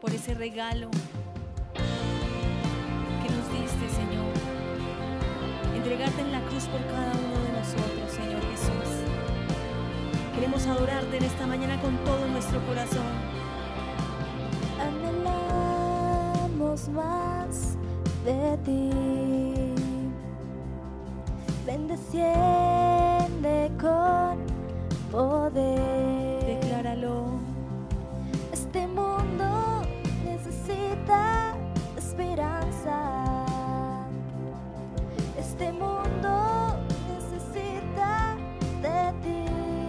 por ese regalo que nos diste, Señor. Entregarte en la cruz por cada uno de nosotros, Señor Jesús. Queremos adorarte en esta mañana con todo nuestro corazón. Anhelamos más de ti. Ven, desciende con poder. Decláralo. Este mundo necesita esperanza. Este mundo necesita de ti.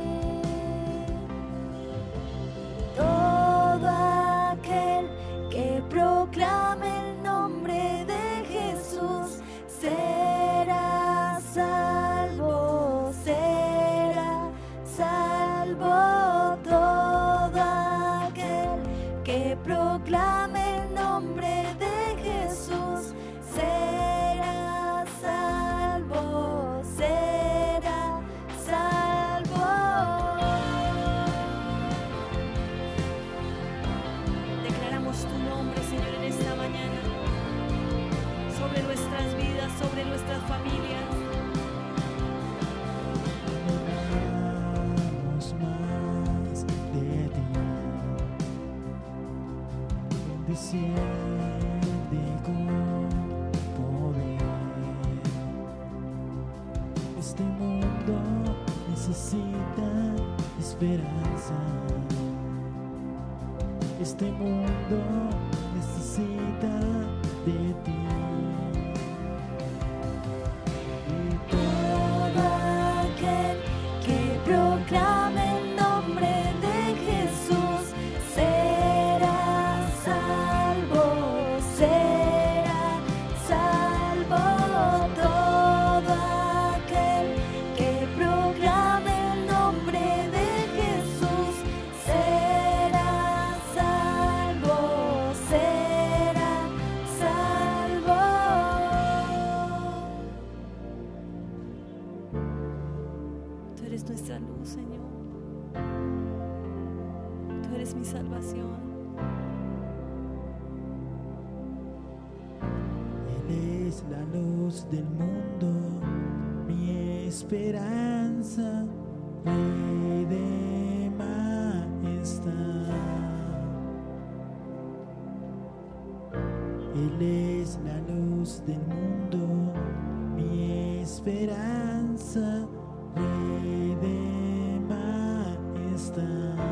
Todo aquel que proclame el nombre de Jesús será salvo, será salvo. Todo aquel que proclame el nombre de Jesús será salvo, será salvo. Declaramos tu nombre, Señor, en esta mañana, sobre nuestras vidas, sobre nuestras familias. Anhelamos más de ti. Desciende con poder. Este mundo necesita esperanza. Este mundo necesita de ti. Y Todo aquel que proclame el nombre de Jesús será salvo, será salvo. Todo aquel que proclame el nombre de Jesús será salvo, será salvo. Tú eres nuestra luz, Señor. Tú eres mi salvación. Él es la luz del mundo, mi esperanza, Rey de majestad. Él es la luz del mundo, mi esperanza, Rey de majestad.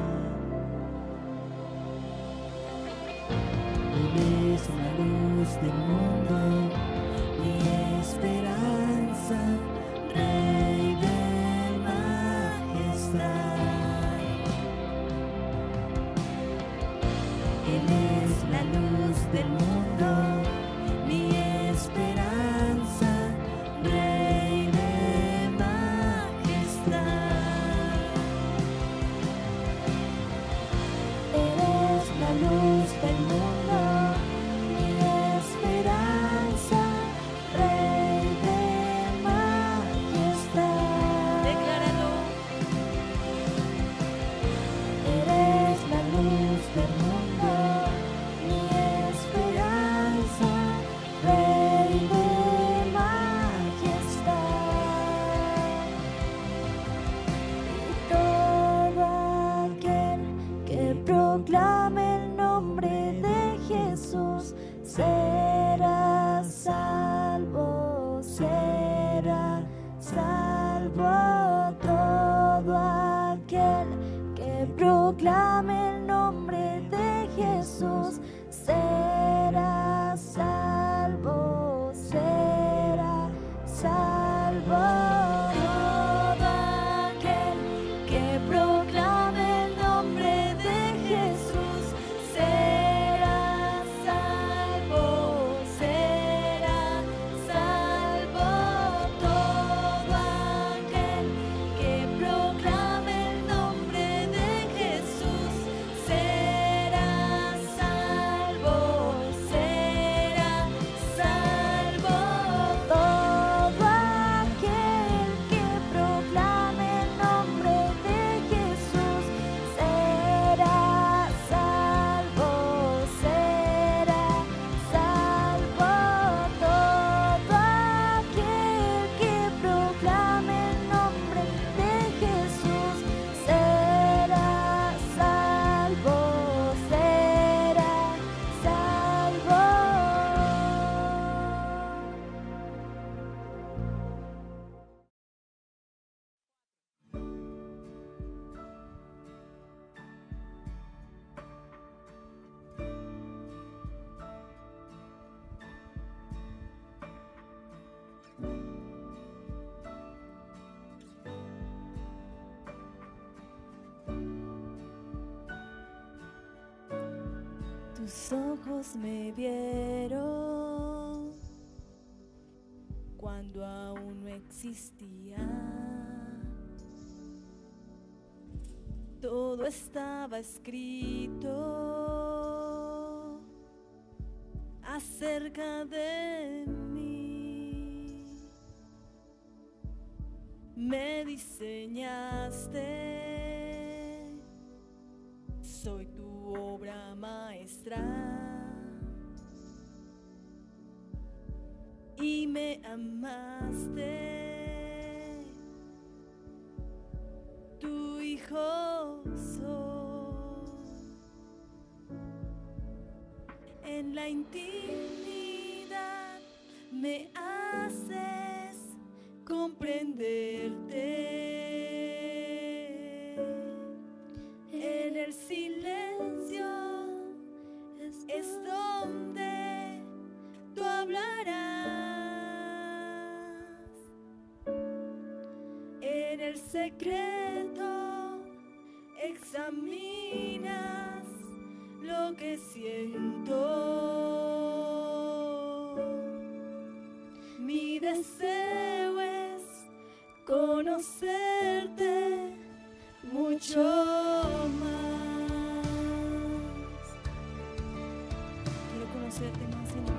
Él es la luz del mundo, mi esperanza, Rey de majestad. Él es la luz del mundo, mi esperanza, Rey de majestad. Eres la luz del mundo, mi esperanza, Rey de majestad. Decláralo. Eres la luz del mundo, mi esperanza, Rey de majestad. Y todo aquel que proclame el nombre de Jesús será salvo, será salvo. Todo aquel que proclame el nombre de Jesús será salvo, será salvo. Todo aquel que proclame el nombre de Jesús será salvo, será salvo. Todo aquel que proclame el nombre de Jesús será salvo, Tus ojos me vieron cuando aún no existía. Todo estaba escrito acerca de mí. Me diseñaste, soy tu obra maestra y me amaste, tu hijo soy. En la intimidad me haces comprenderte. En el silencio es donde tú hablarás. En el secreto examinas lo que siento. Mi deseo es conocerte mucho más. Quiero conocerte más, Señor,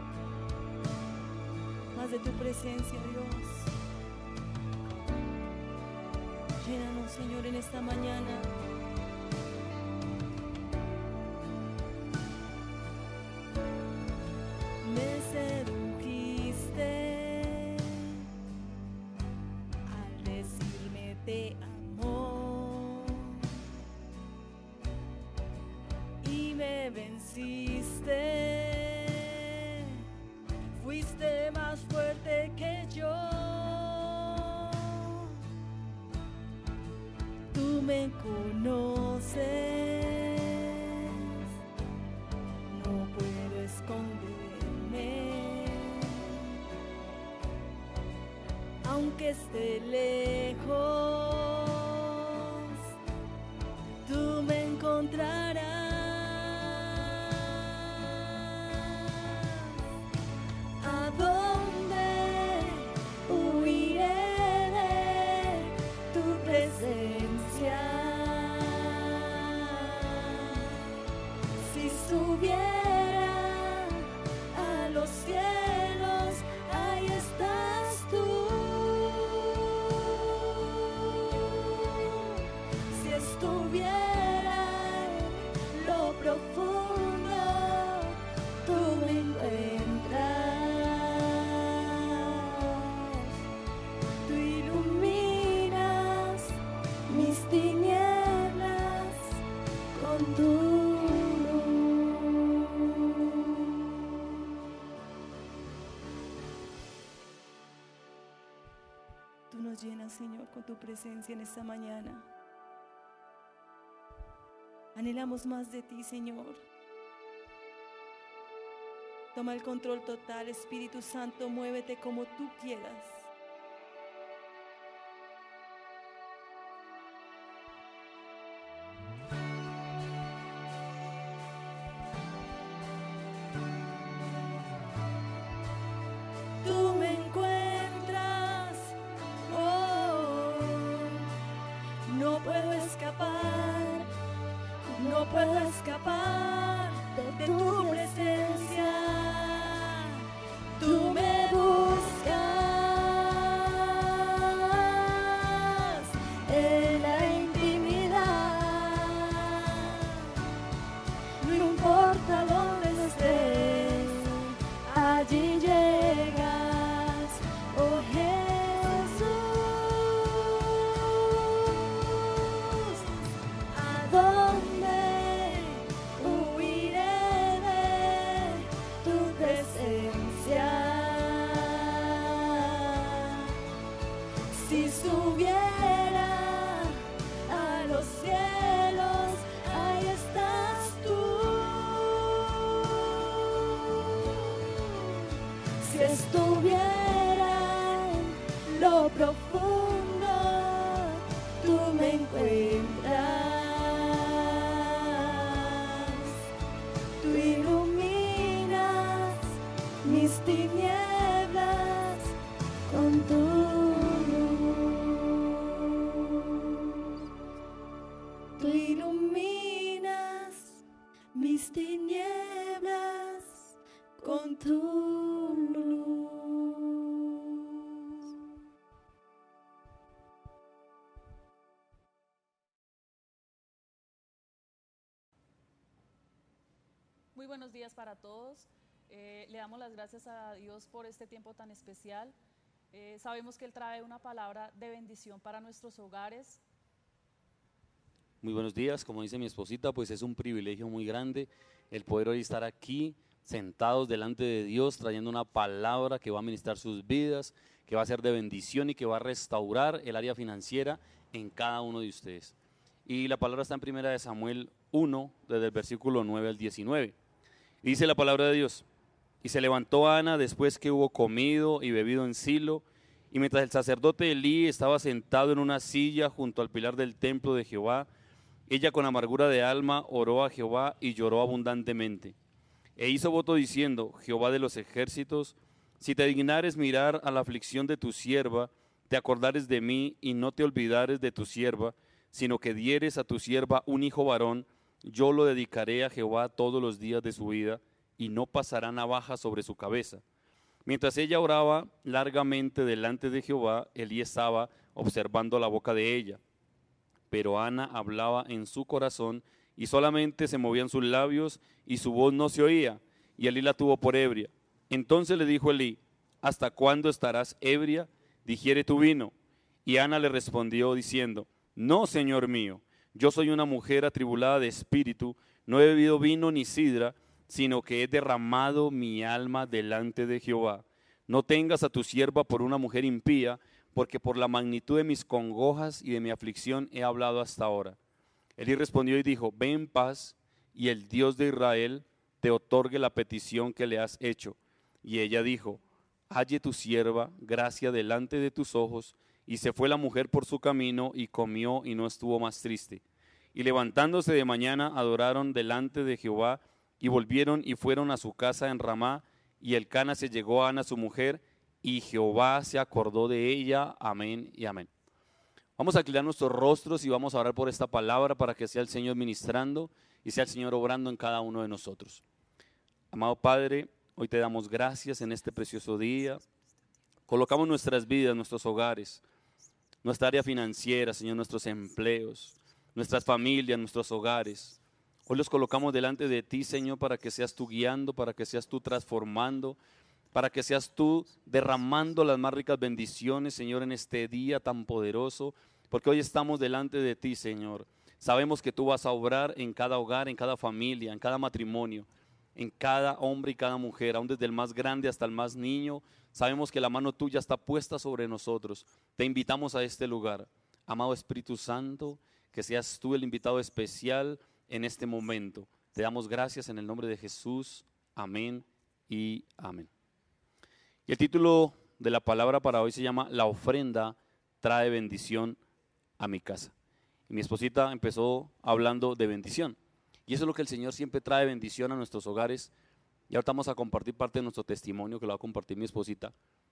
más de tu presencia, Dios. Llénanos, Señor, en esta mañana. Me sedujiste al decirme te amo y me venciste. Fuiste más fuerte que yo. Tú me conoces, no puedo esconderme, aunque esté lejos, tú me encontrarás. ¿A dónde huiré de tu presencia? Si subiera a los cielos, ahí estás tú. Si estuviera en lo profundo, tú me encuentras. Tú iluminas mis tinieblas con tu Tú nos llenas, Señor, con tu presencia en esta mañana. Anhelamos más de ti, Señor. Toma el control total, Espíritu Santo, muévete como tú quieras. Tú me encuentras, oh, no puedo escapar, no puedo escapar de tu presencia. Tú me buscas en la intimidad, no importa dónde estés, allí llegas, oh Jesús. ¿A dónde huiré de tu presencia? Si subiera a los cielos, ahí estás tú. Si estuviera en lo profundo, tú me encuentras. Tú mis tinieblas con tu luz. Muy buenos días para todos. Le damos las gracias a Dios por este tiempo tan especial. Sabemos que Él trae una palabra de bendición para nuestros hogares. Muy buenos días, como dice mi esposita, pues es un privilegio muy grande el poder hoy estar aquí sentados delante de Dios trayendo una palabra que va a ministrar sus vidas, que va a ser de bendición y que va a restaurar el área financiera en cada uno de ustedes. Y la palabra está en 1 Samuel 1, desde el versículo 9 al 19. Dice la palabra de Dios: y se levantó Ana después que hubo comido y bebido en Silo, y mientras el sacerdote Elí estaba sentado en una silla junto al pilar del templo de Jehová, ella con amargura de alma oró a Jehová y lloró abundantemente. E hizo voto diciendo: Jehová de los ejércitos, si te dignares mirar a la aflicción de tu sierva, te acordares de mí y no te olvidares de tu sierva, sino que dieres a tu sierva un hijo varón, yo lo dedicaré a Jehová todos los días de su vida, y no pasará navaja sobre su cabeza. Mientras ella oraba largamente delante de Jehová, Elí estaba observando la boca de ella. Pero Ana hablaba en su corazón, y solamente se movían sus labios, y su voz no se oía, y Elí la tuvo por ebria. Entonces le dijo Elí: ¿hasta cuándo estarás ebria? Digiere tu vino. Y Ana le respondió diciendo: no, Señor mío, yo soy una mujer atribulada de espíritu, no he bebido vino ni sidra, sino que he derramado mi alma delante de Jehová. No tengas a tu sierva por una mujer impía, porque por la magnitud de mis congojas y de mi aflicción he hablado hasta ahora. Elí respondió y dijo: ve en paz, y el Dios de Israel te otorgue la petición que le has hecho. Y ella dijo: halle tu sierva gracia delante de tus ojos. Y se fue la mujer por su camino, y comió, y no estuvo más triste. Y levantándose de mañana, adoraron delante de Jehová, y volvieron y fueron a su casa en Ramá, y Elcana se llegó a Ana su mujer, y Jehová se acordó de ella. Amén y amén. Vamos a inclinar nuestros rostros y vamos a orar por esta palabra para que sea el Señor ministrando y sea el Señor obrando en cada uno de nosotros. Amado Padre, hoy te damos gracias en este precioso día. Colocamos nuestras vidas, nuestros hogares, nuestra área financiera, Señor, nuestros empleos, nuestras familias, nuestros hogares. Hoy los colocamos delante de ti, Señor, para que seas tú guiando, para que seas tú transformando, para que seas tú derramando las más ricas bendiciones, Señor, en este día tan poderoso, porque hoy estamos delante de ti, Señor. Sabemos que tú vas a obrar en cada hogar, en cada familia, en cada matrimonio, en cada hombre y cada mujer, aún desde el más grande hasta el más niño. Sabemos que la mano tuya está puesta sobre nosotros. Te invitamos a este lugar. Amado Espíritu Santo, que seas tú el invitado especial en este momento. Te damos gracias en el nombre de Jesús. Amén y amén. Y el título de la palabra para hoy se llama: La ofrenda trae bendición a mi casa. Y mi esposita empezó hablando de bendición. Y eso es lo que el Señor siempre trae: bendición a nuestros hogares. Y ahorita vamos a compartir parte de nuestro testimonio que lo va a compartir mi esposita.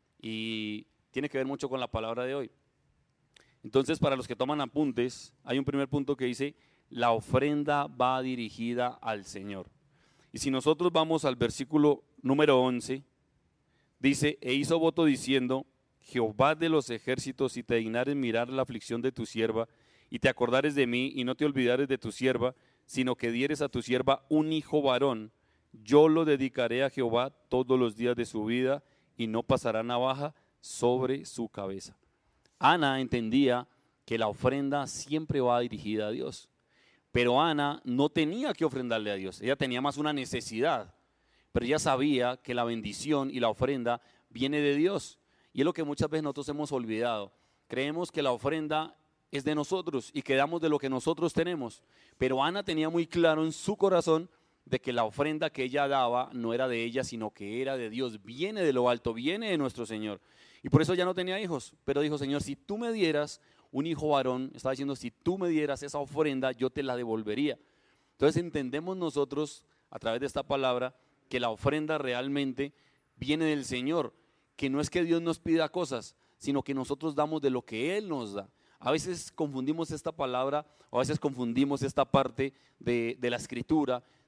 Y tiene que ver mucho con la palabra de hoy. Entonces, para los que toman apuntes, hay un primer punto que dice: la ofrenda va dirigida al Señor. Y si nosotros vamos al versículo número 11, dice: e hizo voto diciendo: Jehová de los ejércitos, si te dignares mirar la aflicción de tu sierva, y te acordares de mí, y no te olvidares de tu sierva, sino que dieres a tu sierva un hijo varón, yo lo dedicaré a Jehová todos los días de su vida, y no pasará navaja sobre su cabeza. Ana entendía que la ofrenda siempre va dirigida a Dios, pero Ana no tenía que ofrendarle a Dios, ella tenía más una necesidad, pero ella sabía que la bendición y la ofrenda viene de Dios, y es lo que muchas veces nosotros hemos olvidado. Creemos que la ofrenda es de nosotros y que damos de lo que nosotros tenemos, pero Ana tenía muy claro en su corazón de que la ofrenda que ella daba no era de ella, sino que era de Dios, viene de lo alto, viene de nuestro Señor. Y por eso ya no tenía hijos, pero dijo: Señor, si tú me dieras un hijo varón, estaba diciendo, si tú me dieras esa ofrenda, yo te la devolvería. Entonces entendemos nosotros, a través de esta palabra, que la ofrenda realmente viene del Señor, que no es que Dios nos pida cosas, sino que nosotros damos de lo que Él nos da. A veces confundimos esta palabra, o a veces confundimos esta parte de la Escritura,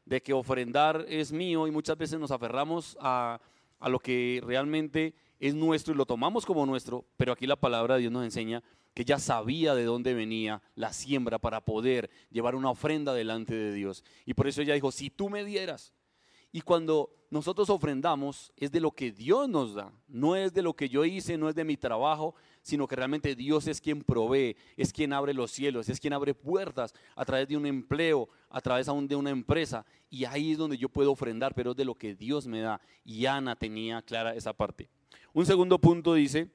de que ofrendar es mío, y muchas veces nos aferramos a lo que realmente es nuestro y lo tomamos como nuestro, pero aquí la palabra de Dios nos enseña que ella sabía de dónde venía la siembra para poder llevar una ofrenda delante de Dios. Y por eso ella dijo, si tú me dieras. Y cuando nosotros ofrendamos es de lo que Dios nos da, no es de lo que yo hice, no es de mi trabajo, sino que realmente Dios es quien provee, es quien abre los cielos, es quien abre puertas a través de un empleo, a través aún de una empresa, y ahí es donde yo puedo ofrendar, pero es de lo que Dios me da. Y Ana tenía clara esa parte. Un segundo punto dice,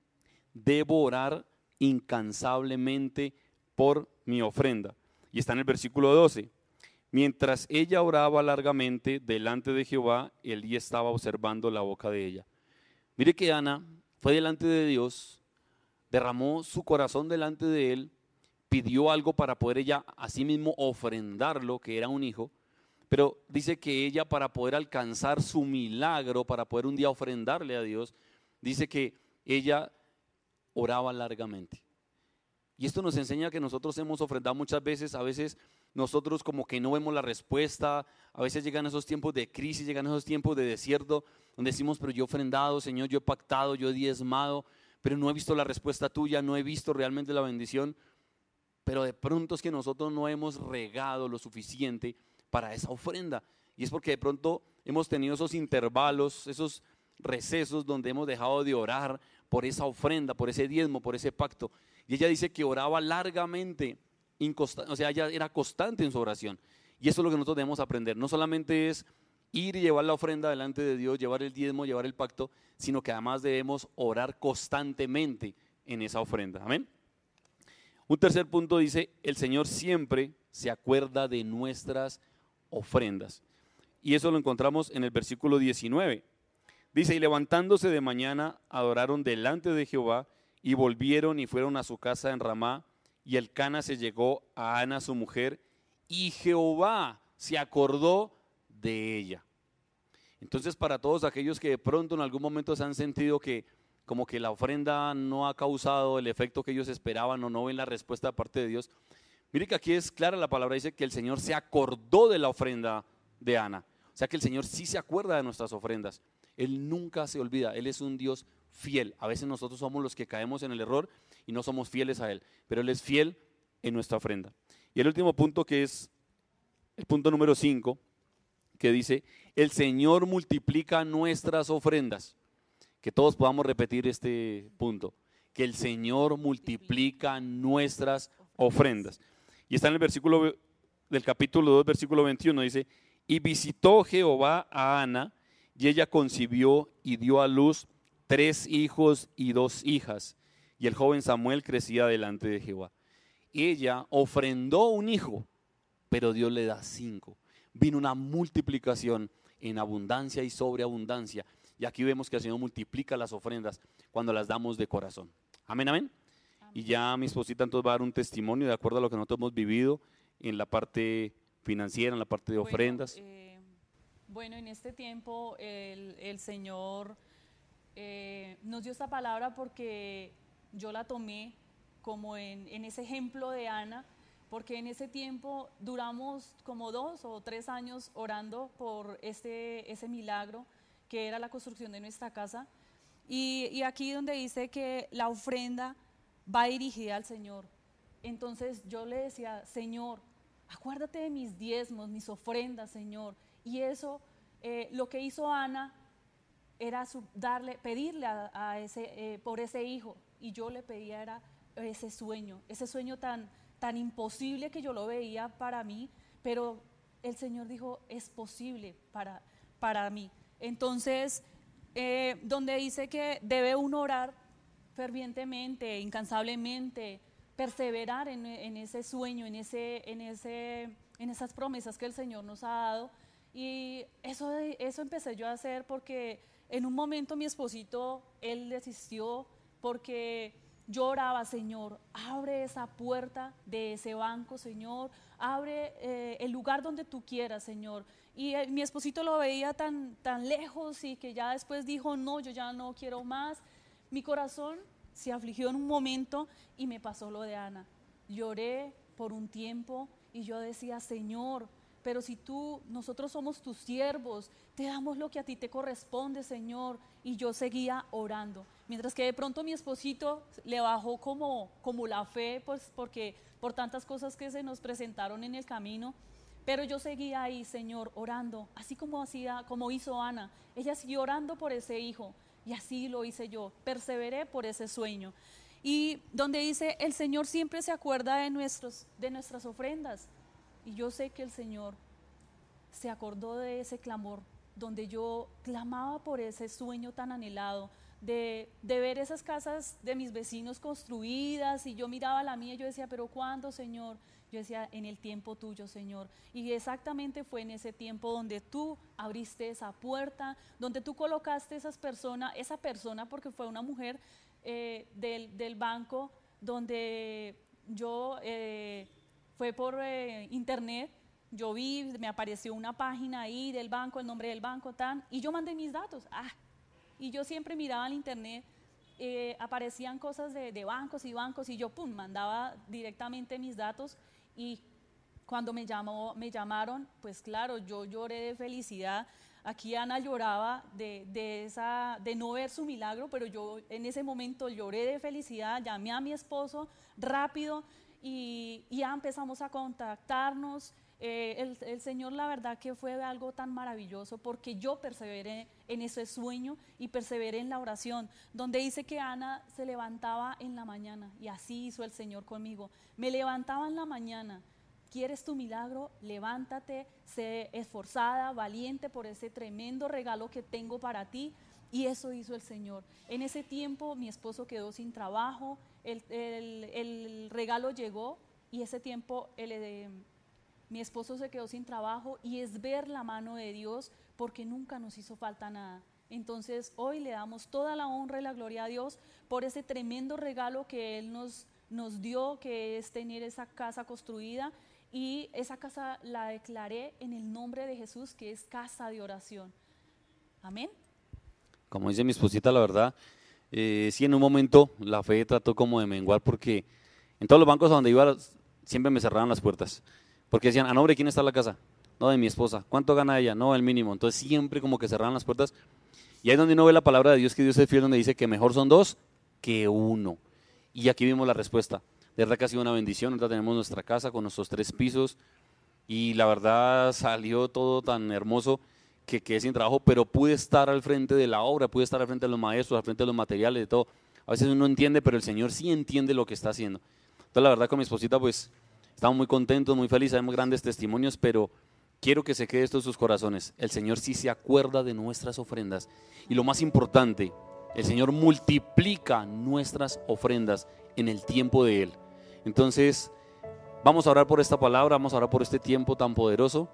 debo orar incansablemente por mi ofrenda, y está en el versículo 12. Mientras ella oraba largamente delante de Jehová, Elí estaba observando la boca de ella. Mire que Ana fue delante de Dios, derramó su corazón delante de él, pidió algo para poder ella a sí mismo ofrendarlo, que era un hijo, pero dice que ella, para poder alcanzar su milagro, para poder un día ofrendarle a Dios, dice que ella oraba largamente. Y esto nos enseña que nosotros hemos ofrendado muchas veces, a veces nosotros como que no vemos la respuesta, a veces llegan esos tiempos de crisis, llegan esos tiempos de desierto, donde decimos, pero yo he ofrendado, Señor, yo he pactado, yo he diezmado, pero no he visto la respuesta tuya, no he visto realmente la bendición. Pero de pronto es que nosotros no hemos regado lo suficiente para esa ofrenda, y es porque de pronto hemos tenido esos intervalos, esos recesos donde hemos dejado de orar por esa ofrenda, por ese diezmo, por ese pacto. Y ella dice que oraba largamente, o sea, ella era constante en su oración. Y eso es lo que nosotros debemos aprender. No solamente es ir y llevar la ofrenda delante de Dios, llevar el diezmo, llevar el pacto, sino que además debemos orar constantemente en esa ofrenda. Amén. Un tercer punto dice, el Señor siempre se acuerda de nuestras ofrendas. Y eso lo encontramos en el versículo 19. Dice, y levantándose de mañana, adoraron delante de Jehová, y volvieron y fueron a su casa en Ramá, y Elcana se llegó a Ana su mujer, y Jehová se acordó de ella. Entonces, para todos aquellos que de pronto en algún momento se han sentido que como que la ofrenda no ha causado el efecto que ellos esperaban o no ven la respuesta de parte de Dios, mire que aquí es clara la palabra, dice que el Señor se acordó de la ofrenda de Ana. O sea que el Señor sí se acuerda de nuestras ofrendas. Él nunca se olvida, Él es un Dios fiel. A veces nosotros somos los que caemos en el error y no somos fieles a Él, pero Él es fiel en nuestra ofrenda. Y el último punto, que es el punto número 5, que dice, el Señor multiplica nuestras ofrendas. Que todos podamos repetir este punto, que el Señor multiplica nuestras ofrendas. Y está en el versículo del capítulo 2, versículo 21, dice, y visitó Jehová a Ana, y ella concibió y dio a luz 3 hijos y 2 hijas, y el joven Samuel crecía delante de Jehová. Ella ofrendó un hijo, pero Dios le da 5. Vino una multiplicación en abundancia y sobreabundancia, y aquí vemos que el Señor multiplica las ofrendas cuando las damos de corazón. Amén, amén. Y ya mi esposita entonces va a dar un testimonio de acuerdo a lo que nosotros hemos vivido en la parte financiera, en la parte de ofrendas. Bueno, en este tiempo el Señor nos dio esta palabra porque yo la tomé como en ese ejemplo de Ana, porque en ese tiempo duramos como 2 o 3 años orando por ese milagro que era la construcción de nuestra casa, y aquí donde dice que la ofrenda va dirigida al Señor. Entonces yo le decía, Señor, acuérdate de mis diezmos, mis ofrendas, Señor. Y eso, lo que hizo Ana era pedirle por ese hijo, y yo le pedía era ese sueño tan imposible que yo lo veía para mí, pero el Señor dijo, es posible para mí. Entonces, donde dice que debe uno orar fervientemente, incansablemente, perseverar en ese sueño, en esas promesas que el Señor nos ha dado. Y eso empecé yo a hacer porque en un momento mi esposito, él desistió porque yo oraba, Señor, abre esa puerta de ese banco, Señor, abre el lugar donde tú quieras, Señor. Y mi esposito lo veía tan lejos y que ya después dijo, no, yo ya no quiero más. Mi corazón se afligió en un momento y me pasó lo de Ana. Lloré por un tiempo y yo decía, Señor, pero si nosotros somos tus siervos, te damos lo que a ti te corresponde, Señor. Y yo seguía orando, mientras que de pronto mi esposito le bajó como la fe, pues porque por tantas cosas que se nos presentaron en el camino, pero yo seguía ahí, Señor, orando, así como hizo Ana. Ella siguió orando por ese hijo, y así lo hice yo, perseveré por ese sueño. Y donde dice, el Señor siempre se acuerda de nuestras ofrendas. Y yo sé que el Señor se acordó de ese clamor, donde yo clamaba por ese sueño tan anhelado, de ver esas casas de mis vecinos construidas, y yo miraba la mía y yo decía, pero ¿cuándo, Señor? Yo decía, en el tiempo tuyo, Señor. Y exactamente fue en ese tiempo donde tú abriste esa puerta, donde tú colocaste esa persona, porque fue una mujer del banco, donde yo, fue por internet, yo vi, me apareció una página ahí del banco, el nombre del banco, y yo mandé mis datos. Y yo siempre miraba en internet, aparecían cosas de bancos, y yo mandaba directamente mis datos. Y cuando me llamaron, pues claro, yo lloré de felicidad. Aquí Ana lloraba de no ver su milagro, pero yo en ese momento lloré de felicidad. Llamé a mi esposo rápido y ya empezamos a contactarnos. El Señor, la verdad que fue algo tan maravilloso, porque yo perseveré en ese sueño y perseveré en la oración, donde dice que Ana se levantaba en la mañana, y así hizo el Señor conmigo. Me levantaba en la mañana. ¿Quieres tu milagro? Levántate, sé esforzada, valiente por ese tremendo regalo que tengo para ti. Y eso hizo el Señor. En ese tiempo mi esposo quedó sin trabajo, el regalo llegó, y ese tiempo mi esposo se quedó sin trabajo, y es ver la mano de Dios, porque nunca nos hizo falta nada. Entonces hoy le damos toda la honra y la gloria a Dios por ese tremendo regalo que Él nos dio, que es tener esa casa construida. Y esa casa la declaré en el nombre de Jesús, que es casa de oración. Amén. Como dice mi esposita, la verdad, sí, en un momento la fe trató como de menguar, porque en todos los bancos a donde iba siempre me cerraban las puertas, porque decían, ¿a nombre de quién está la casa? No, de mi esposa. ¿Cuánto gana ella? No, el mínimo. Entonces siempre como que cerraban las puertas, y ahí es donde uno ve la palabra de Dios, que Dios es fiel, donde dice que mejor son dos que uno. Y aquí vimos la respuesta. De verdad que ha sido una bendición. Ahorita tenemos nuestra casa con nuestros 3 pisos, y la verdad salió todo tan hermoso que quedé sin trabajo, pero pude estar al frente de la obra, pude estar al frente de los maestros, al frente de los materiales, de todo. A veces uno no entiende, pero el Señor sí entiende lo que está haciendo. Entonces la verdad, con mi esposita pues estamos muy contentos, muy felices, sabemos grandes testimonios, pero quiero que se quede esto en sus corazones. El Señor sí se acuerda de nuestras ofrendas, y lo más importante, el Señor multiplica nuestras ofrendas en el tiempo de Él. Entonces vamos a orar por esta palabra, vamos a orar por este tiempo tan poderoso,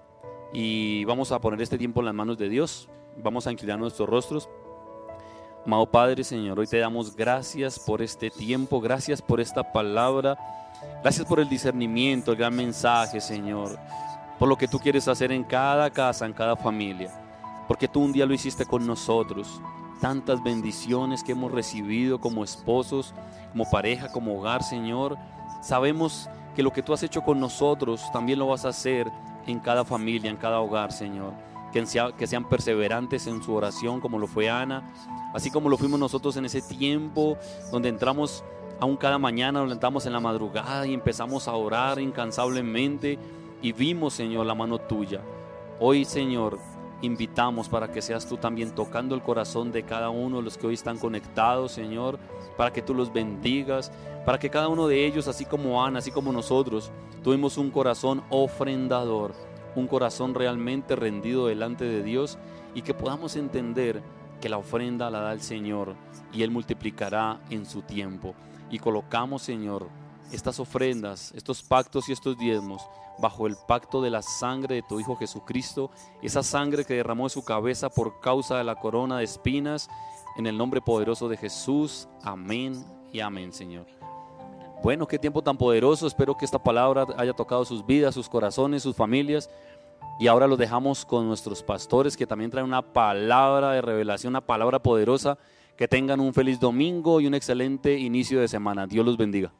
y vamos a poner este tiempo en las manos de Dios. Vamos a inclinar nuestros rostros. Amado Padre, Señor, hoy te damos gracias por este tiempo, gracias por esta palabra, gracias por el discernimiento, el gran mensaje, Señor, por lo que tú quieres hacer en cada casa, en cada familia, porque tú un día lo hiciste con nosotros. Tantas bendiciones que hemos recibido como esposos, como pareja, como hogar, Señor. Sabemos que lo que tú has hecho con nosotros también lo vas a hacer en cada familia, en cada hogar, Señor. Que sean perseverantes en su oración, como lo fue Ana, así como lo fuimos nosotros en ese tiempo donde entramos aún cada mañana, donde entramos en la madrugada y empezamos a orar incansablemente, y vimos, Señor, la mano tuya. Hoy, Señor, invitamos para que seas tú también tocando el corazón de cada uno de los que hoy están conectados, Señor, para que tú los bendigas, para que cada uno de ellos, así como Ana, así como nosotros, tuvimos un corazón ofrendador, un corazón realmente rendido delante de Dios, y que podamos entender que la ofrenda la da el Señor y Él multiplicará en su tiempo. Y colocamos, Señor, estas ofrendas, estos pactos y estos diezmos bajo el pacto de la sangre de tu Hijo Jesucristo, esa sangre que derramó de su cabeza por causa de la corona de espinas, en el nombre poderoso de Jesús. Amén y amén, Señor. Bueno, qué tiempo tan poderoso. Espero que esta palabra haya tocado sus vidas, sus corazones, sus familias. Y ahora los dejamos con nuestros pastores, que también traen una palabra de revelación, una palabra poderosa. Que tengan un feliz domingo y un excelente inicio de semana. Dios los bendiga.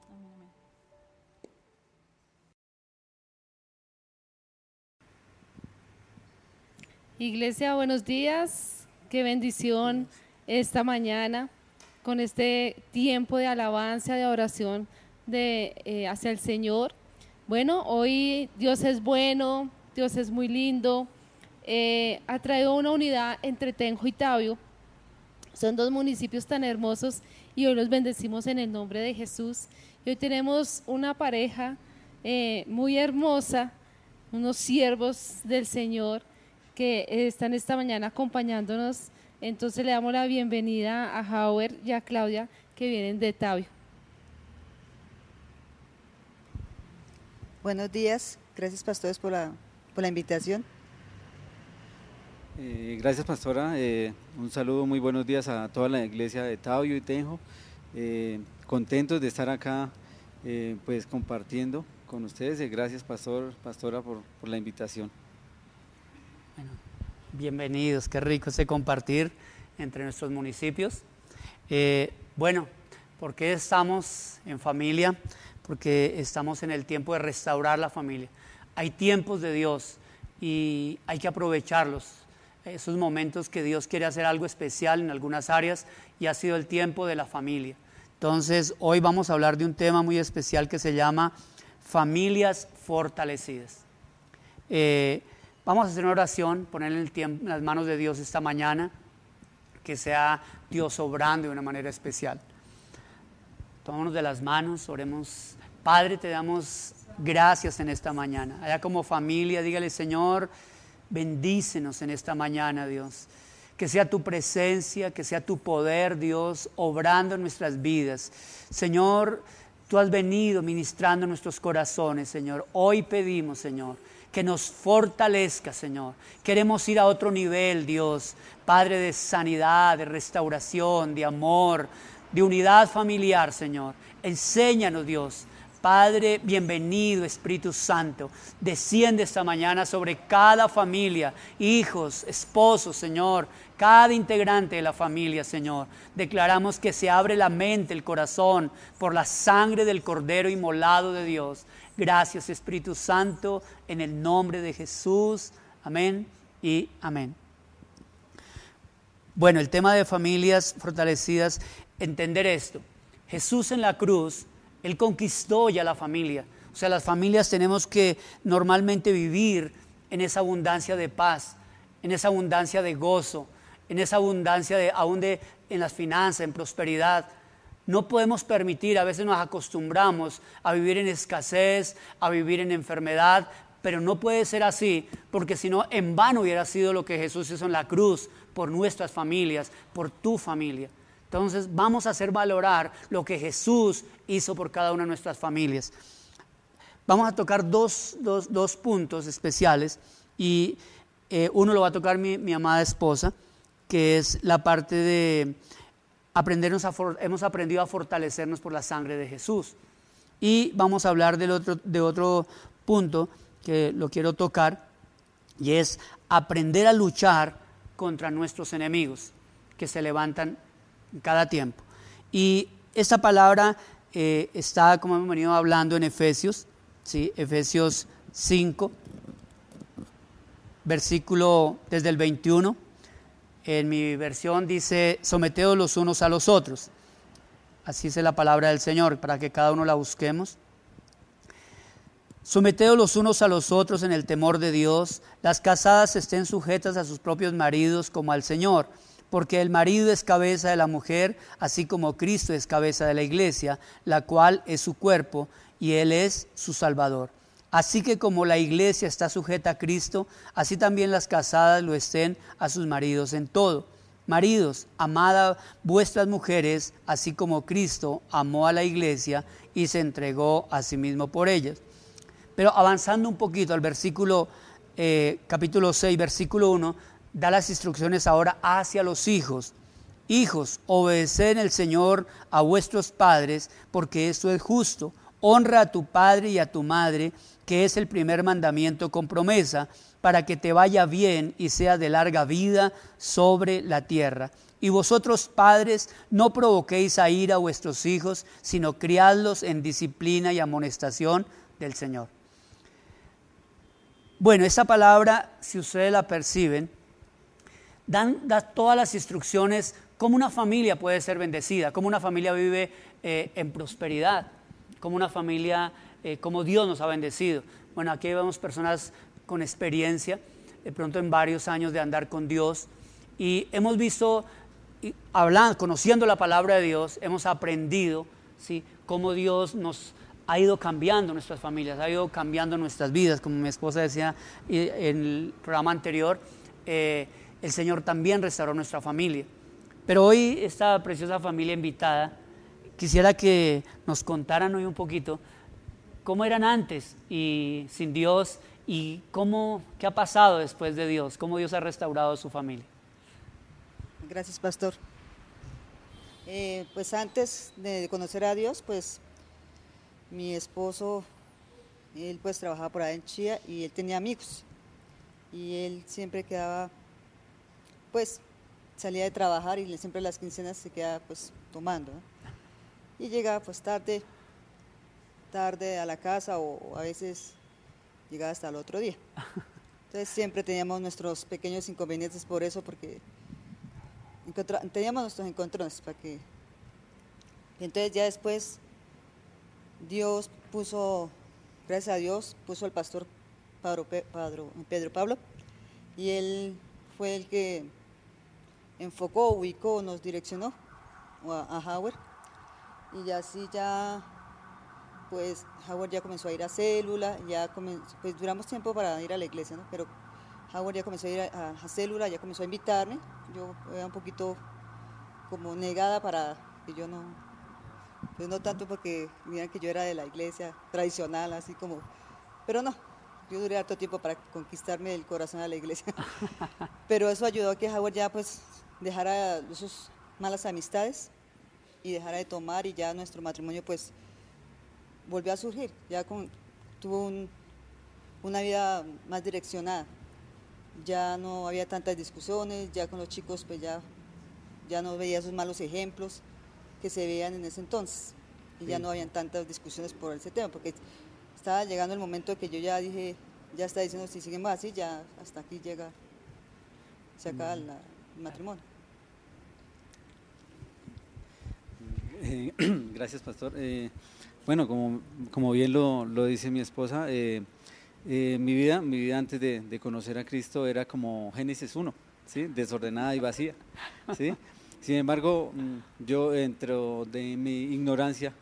Iglesia, buenos días. Qué bendición esta mañana con este tiempo de alabanza, de oración hacia el Señor. Bueno, hoy Dios es bueno, Dios es muy lindo. Ha traído una unidad entre Tenjo y Tabio. Son dos municipios tan hermosos y hoy los bendecimos en el nombre de Jesús. Y hoy tenemos una pareja muy hermosa, unos siervos del Señor que están esta mañana acompañándonos. Entonces le damos la bienvenida a Howard y a Claudia, que vienen de Tabio. Buenos días, gracias pastores por la invitación. Gracias pastora, un saludo, muy buenos días a toda la iglesia de Tabio y Tenjo. Contentos de estar acá pues compartiendo con ustedes. Gracias pastora por la invitación. Bueno, bienvenidos, qué rico ese compartir entre nuestros municipios. Bueno, ¿por qué estamos en familia? Porque estamos en el tiempo de restaurar la familia. Hay tiempos de Dios y hay que aprovecharlos. Esos momentos que Dios quiere hacer algo especial en algunas áreas y ha sido el tiempo de la familia. Entonces, hoy vamos a hablar de un tema muy especial que se llama familias fortalecidas. Vamos a hacer una oración, ponerle en las manos de Dios esta mañana, que sea Dios obrando de una manera especial. Tomémonos de las manos, oremos. Padre, te damos gracias en esta mañana. Allá como familia, dígale, Señor, bendícenos en esta mañana, Dios. Que sea tu presencia, que sea tu poder, Dios, obrando en nuestras vidas. Señor, tú has venido ministrando en nuestros corazones, Señor. Hoy pedimos, Señor, que nos fortalezca, Señor. Queremos ir a otro nivel, Dios. Padre, de sanidad, de restauración, de amor, de unidad familiar, Señor. Enséñanos, Dios. Padre, bienvenido Espíritu Santo, desciende esta mañana sobre cada familia, hijos, esposos, Señor, cada integrante de la familia, Señor. Declaramos que se abre la mente, el corazón, por la sangre del Cordero inmolado de Dios. Gracias Espíritu Santo, en el nombre de Jesús, amén y amén. Bueno, el tema de familias fortalecidas, entender esto. Jesús en la cruz, Él conquistó ya la familia. O sea, las familias tenemos que normalmente vivir en esa abundancia de paz, en esa abundancia de gozo, en esa abundancia en las finanzas, en prosperidad. No podemos permitir, a veces nos acostumbramos a vivir en escasez, a vivir en enfermedad, pero no puede ser así, porque si no, en vano hubiera sido lo que Jesús hizo en la cruz por nuestras familias, por tu familia. Entonces vamos a hacer valorar lo que Jesús hizo por cada una de nuestras familias. Vamos a tocar dos puntos especiales y uno lo va a tocar mi amada esposa, que es la parte de hemos aprendido a fortalecernos por la sangre de Jesús. Y vamos a hablar de otro punto que lo quiero tocar, y es aprender a luchar contra nuestros enemigos que se levantan en cada tiempo. Y esta palabra está, como hemos venido hablando, en Efesios, ¿sí? Efesios 5, versículo desde el 21. En mi versión dice, someteos los unos a los otros. Así dice la palabra del Señor, para que cada uno la busquemos. Someteos los unos a los otros en el temor de Dios. Las casadas estén sujetas a sus propios maridos como al Señor, porque el marido es cabeza de la mujer, así como Cristo es cabeza de la iglesia, la cual es su cuerpo, y Él es su Salvador. Así que como la iglesia está sujeta a Cristo, así también las casadas lo estén a sus maridos en todo. Maridos, amad a vuestras mujeres, así como Cristo amó a la iglesia y se entregó a sí mismo por ellas. Pero avanzando un poquito al versículo, capítulo 6, versículo 1, da las instrucciones ahora hacia los hijos. Hijos, obedeced en el Señor a vuestros padres, porque esto es justo. Honra a tu padre y a tu madre, que es el primer mandamiento con promesa, para que te vaya bien y sea de larga vida sobre la tierra. Y vosotros, padres, no provoquéis a ira a vuestros hijos, sino criadlos en disciplina y amonestación del Señor. Bueno, esta palabra, si ustedes la perciben, da todas las instrucciones, cómo una familia puede ser bendecida, cómo una familia vive en prosperidad, cómo una familia, cómo Dios nos ha bendecido. Bueno, aquí vemos personas con experiencia, de pronto en varios años de andar con Dios, y hemos visto, hablando, conociendo la palabra de Dios, hemos aprendido, ¿sí?, cómo Dios nos ha ido cambiando nuestras familias, ha ido cambiando nuestras vidas. Como mi esposa decía en el programa anterior, el Señor también restauró nuestra familia. Pero hoy esta preciosa familia invitada, quisiera que nos contaran hoy un poquito cómo eran antes y sin Dios, y qué ha pasado después de Dios, cómo Dios ha restaurado su familia. Gracias, pastor. Pues antes de conocer a Dios, pues mi esposo, él pues trabajaba por ahí en Chía y él tenía amigos. Y él siempre quedaba, pues salía de trabajar y siempre las quincenas se quedaba pues tomando, ¿no? Y llegaba pues tarde a la casa, o a veces llegaba hasta el otro día. Entonces siempre teníamos nuestros pequeños inconvenientes por eso, porque teníamos nuestros encontrones. Entonces ya después Dios puso, gracias a Dios, puso al pastor Pedro Pablo, y él fue el que enfocó, ubicó, nos direccionó a Howard, y así ya, pues Howard ya comenzó a ir a célula, pues duramos tiempo para ir a la iglesia, ¿no? Pero Howard ya comenzó a ir a célula, ya comenzó a invitarme. Yo era un poquito como negada para que yo no, pues no tanto porque miran que yo era de la iglesia tradicional, así como, pero no, yo duré harto tiempo para conquistarme el corazón a la iglesia. Pero eso ayudó a que Howard ya pues dejara esas malas amistades y dejara de tomar, y ya nuestro matrimonio pues volvió a surgir, ya tuvo una vida más direccionada. Ya no había tantas discusiones, ya con los chicos pues ya no veía esos malos ejemplos que se veían en ese entonces, y ya no habían tantas discusiones por ese tema, porque estaba llegando el momento que yo ya dije, ya está diciendo, si seguimos así, ya hasta aquí se acaba el matrimonio. Gracias, pastor. Bueno, como bien lo dice mi esposa, mi vida antes de conocer a Cristo era como Génesis 1, ¿sí?, desordenada y vacía, ¿sí? Sin embargo, yo dentro de mi ignorancia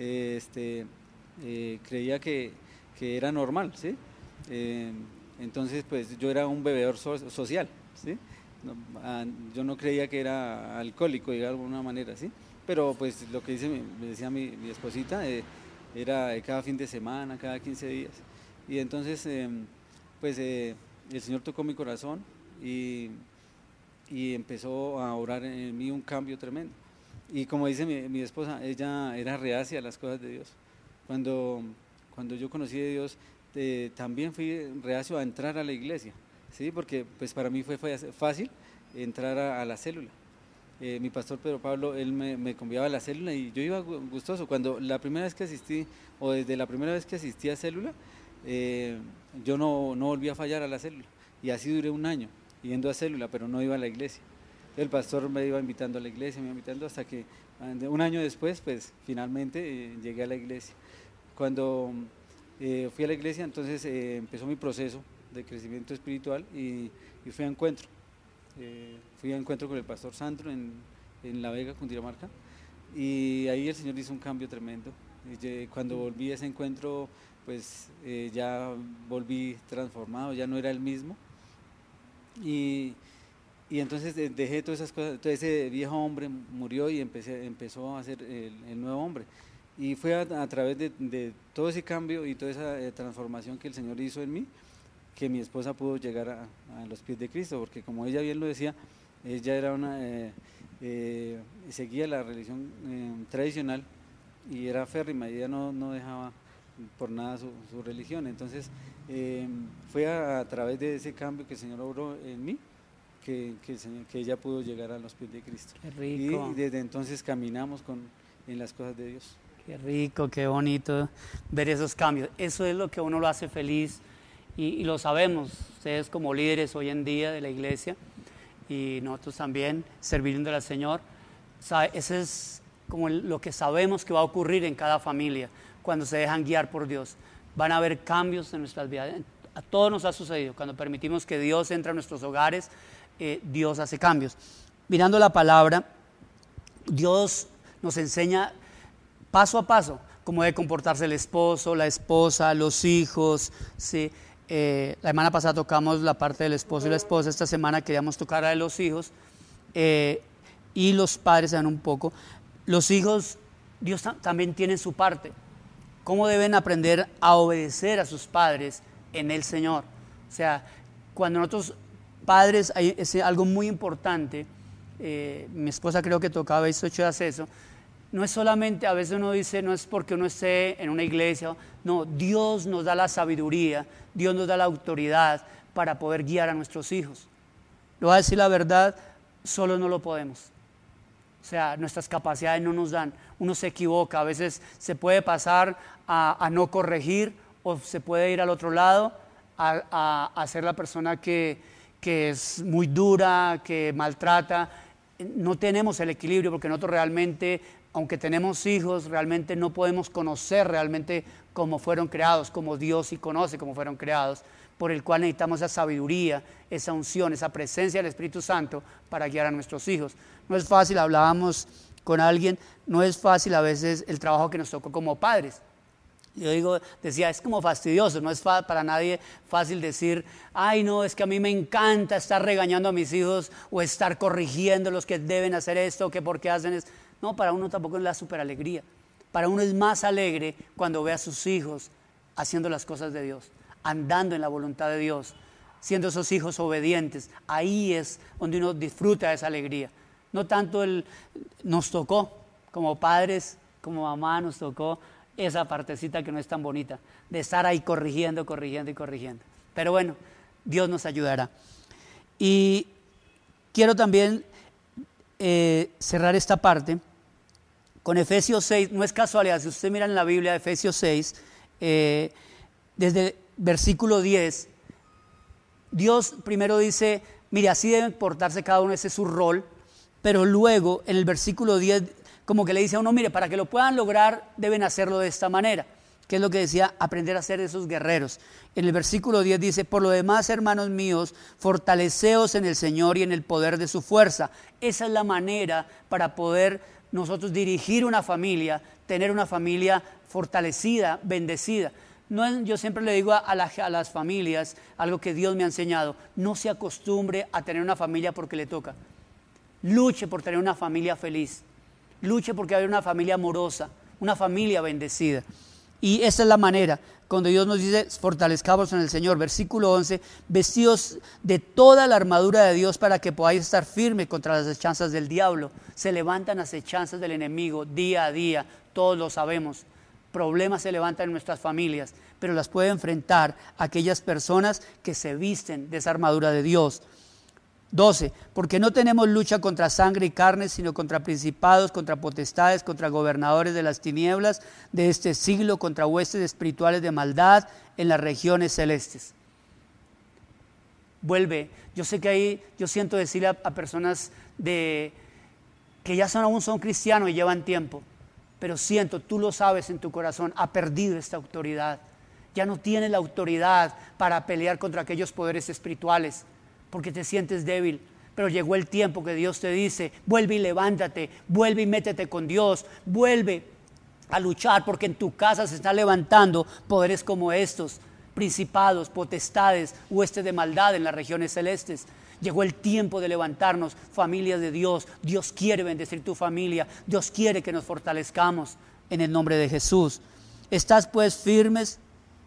creía que era normal, ¿sí? Entonces, pues yo era un bebedor social, ¿sí? Yo no creía que era alcohólico de alguna manera, ¿sí? Pero pues lo que me decía mi esposita, era cada fin de semana, cada 15 días. Y entonces, pues el Señor tocó mi corazón y empezó a orar en mí un cambio tremendo. Y como dice mi esposa, ella era reacia a las cosas de Dios. Cuando yo conocí a Dios, también fui reacio a entrar a la iglesia, ¿sí? Porque pues para mí fue fácil entrar a la célula. Mi pastor Pedro Pablo, él me conviaba a la célula y yo iba gustoso. Cuando la primera vez que asistí, o desde la primera vez que asistí a célula, yo no volví a fallar a la célula, y así duré un año yendo a célula, pero no iba a la iglesia. El pastor me iba invitando a la iglesia, me iba invitando, hasta que un año después, pues finalmente llegué a la iglesia. Cuando fui a la iglesia, entonces empezó mi proceso de crecimiento espiritual, y fui a encuentro. Fui a encuentro con el pastor Sandro en La Vega, Cundinamarca, y ahí el Señor hizo un cambio tremendo. Cuando volví a ese encuentro, pues ya volví transformado, ya no era el mismo, y entonces dejé todas esas cosas. Entonces ese viejo hombre murió y empezó a ser el nuevo hombre, y fue a través de todo ese cambio y toda esa transformación que el Señor hizo en mí, que mi esposa pudo llegar a los pies de Cristo, porque como ella bien lo decía, ella era seguía la religión tradicional y era férrima, y ella no dejaba por nada su religión. Entonces fue a través de ese cambio que el Señor obró en mí, que ella pudo llegar a los pies de Cristo. Qué rico. Y desde entonces caminamos en las cosas de Dios. Qué rico, qué bonito ver esos cambios. Eso es lo que a uno lo hace feliz, y lo sabemos, ustedes como líderes hoy en día de la iglesia, y nosotros también sirviéndole al Señor. Ese es como lo que sabemos que va a ocurrir en cada familia cuando se dejan guiar por Dios. Van a haber cambios en nuestras vidas. A todos nos ha sucedido. Cuando permitimos que Dios entre a nuestros hogares, Dios hace cambios. Mirando la palabra, Dios nos enseña paso a paso cómo debe comportarse el esposo, la esposa, los hijos, ¿sí? La semana pasada tocamos la parte del esposo y la esposa. Esta semana queríamos tocar la de los hijos, y los padres se dan un poco. Los hijos, Dios también tiene su parte. ¿Cómo deben aprender a obedecer a sus padres en el Señor? O sea, cuando nosotros padres, es algo muy importante. Mi esposa creo que tocaba esto, eso. No es solamente, a veces uno dice, no es porque uno esté en una iglesia. No, Dios nos da la sabiduría, Dios nos da la autoridad para poder guiar a nuestros hijos. Le voy a decir la verdad, solo no lo podemos. O sea, nuestras capacidades no nos dan. Uno se equivoca, a veces se puede pasar a no corregir, o se puede ir al otro lado a ser la persona que es muy dura, que maltrata. No tenemos el equilibrio porque nosotros realmente, aunque tenemos hijos, realmente no podemos conocer realmente cómo fueron creados, como Dios sí conoce cómo fueron creados, por el cual necesitamos esa sabiduría, esa unción, esa presencia del Espíritu Santo para guiar a nuestros hijos. No es fácil, hablábamos con alguien, no es fácil a veces el trabajo que nos tocó como padres. Yo decía, es como fastidioso, no es para nadie fácil decir, ay no, es que a mí me encanta estar regañando a mis hijos o estar corrigiendo los que deben hacer esto, que por qué hacen esto. No, para uno tampoco es la super alegría. Para uno es más alegre cuando ve a sus hijos haciendo las cosas de Dios, andando en la voluntad de Dios, siendo esos hijos obedientes. Ahí es donde uno disfruta de esa alegría. No tanto nos tocó como padres, como mamá nos tocó esa partecita que no es tan bonita, de estar ahí corrigiendo. Pero bueno, Dios nos ayudará. Y quiero también cerrar esta parte con Efesios 6, no es casualidad, si ustedes miran en la Biblia, Efesios 6, desde el versículo 10, Dios primero dice, mire, así deben portarse cada uno, ese es su rol, pero luego en el versículo 10, como que le dice a uno, mire, para que lo puedan lograr, deben hacerlo de esta manera, que es lo que decía, aprender a ser esos guerreros. En el versículo 10 dice, por lo demás, hermanos míos, fortaleceos en el Señor y en el poder de su fuerza. Esa es la manera para poder nosotros dirigir una familia, tener una familia fortalecida, bendecida. Yo siempre le digo a las familias, algo que Dios me ha enseñado, no se acostumbre a tener una familia porque le toca. Luche por tener una familia feliz. Luche porque haya una familia amorosa, una familia bendecida. Y esa es la manera, cuando Dios nos dice, fortalezcamos en el Señor. Versículo 11, vestidos de toda la armadura de Dios para que podáis estar firmes contra las acechanzas del diablo. Se levantan acechanzas del enemigo día a día, todos lo sabemos. Problemas se levantan en nuestras familias, pero las puede enfrentar aquellas personas que se visten de esa armadura de Dios. 12, porque no tenemos lucha contra sangre y carne, sino contra principados, contra potestades, contra gobernadores de las tinieblas de este siglo, contra huestes espirituales de maldad en las regiones celestes. Vuelve, yo sé que ahí, yo siento decirle a personas que ya aún son cristianos y llevan tiempo, pero siento, tú lo sabes en tu corazón, ha perdido esta autoridad. Ya no tiene la autoridad para pelear contra aquellos poderes espirituales, porque te sientes débil, pero llegó el tiempo que Dios te dice, vuelve y levántate, vuelve y métete con Dios, vuelve a luchar, porque en tu casa se están levantando poderes como estos, principados, potestades, huestes de maldad en las regiones celestes. Llegó el tiempo de levantarnos, familias de Dios. Dios quiere bendecir tu familia, Dios quiere que nos fortalezcamos en el nombre de Jesús. Estás pues firmes.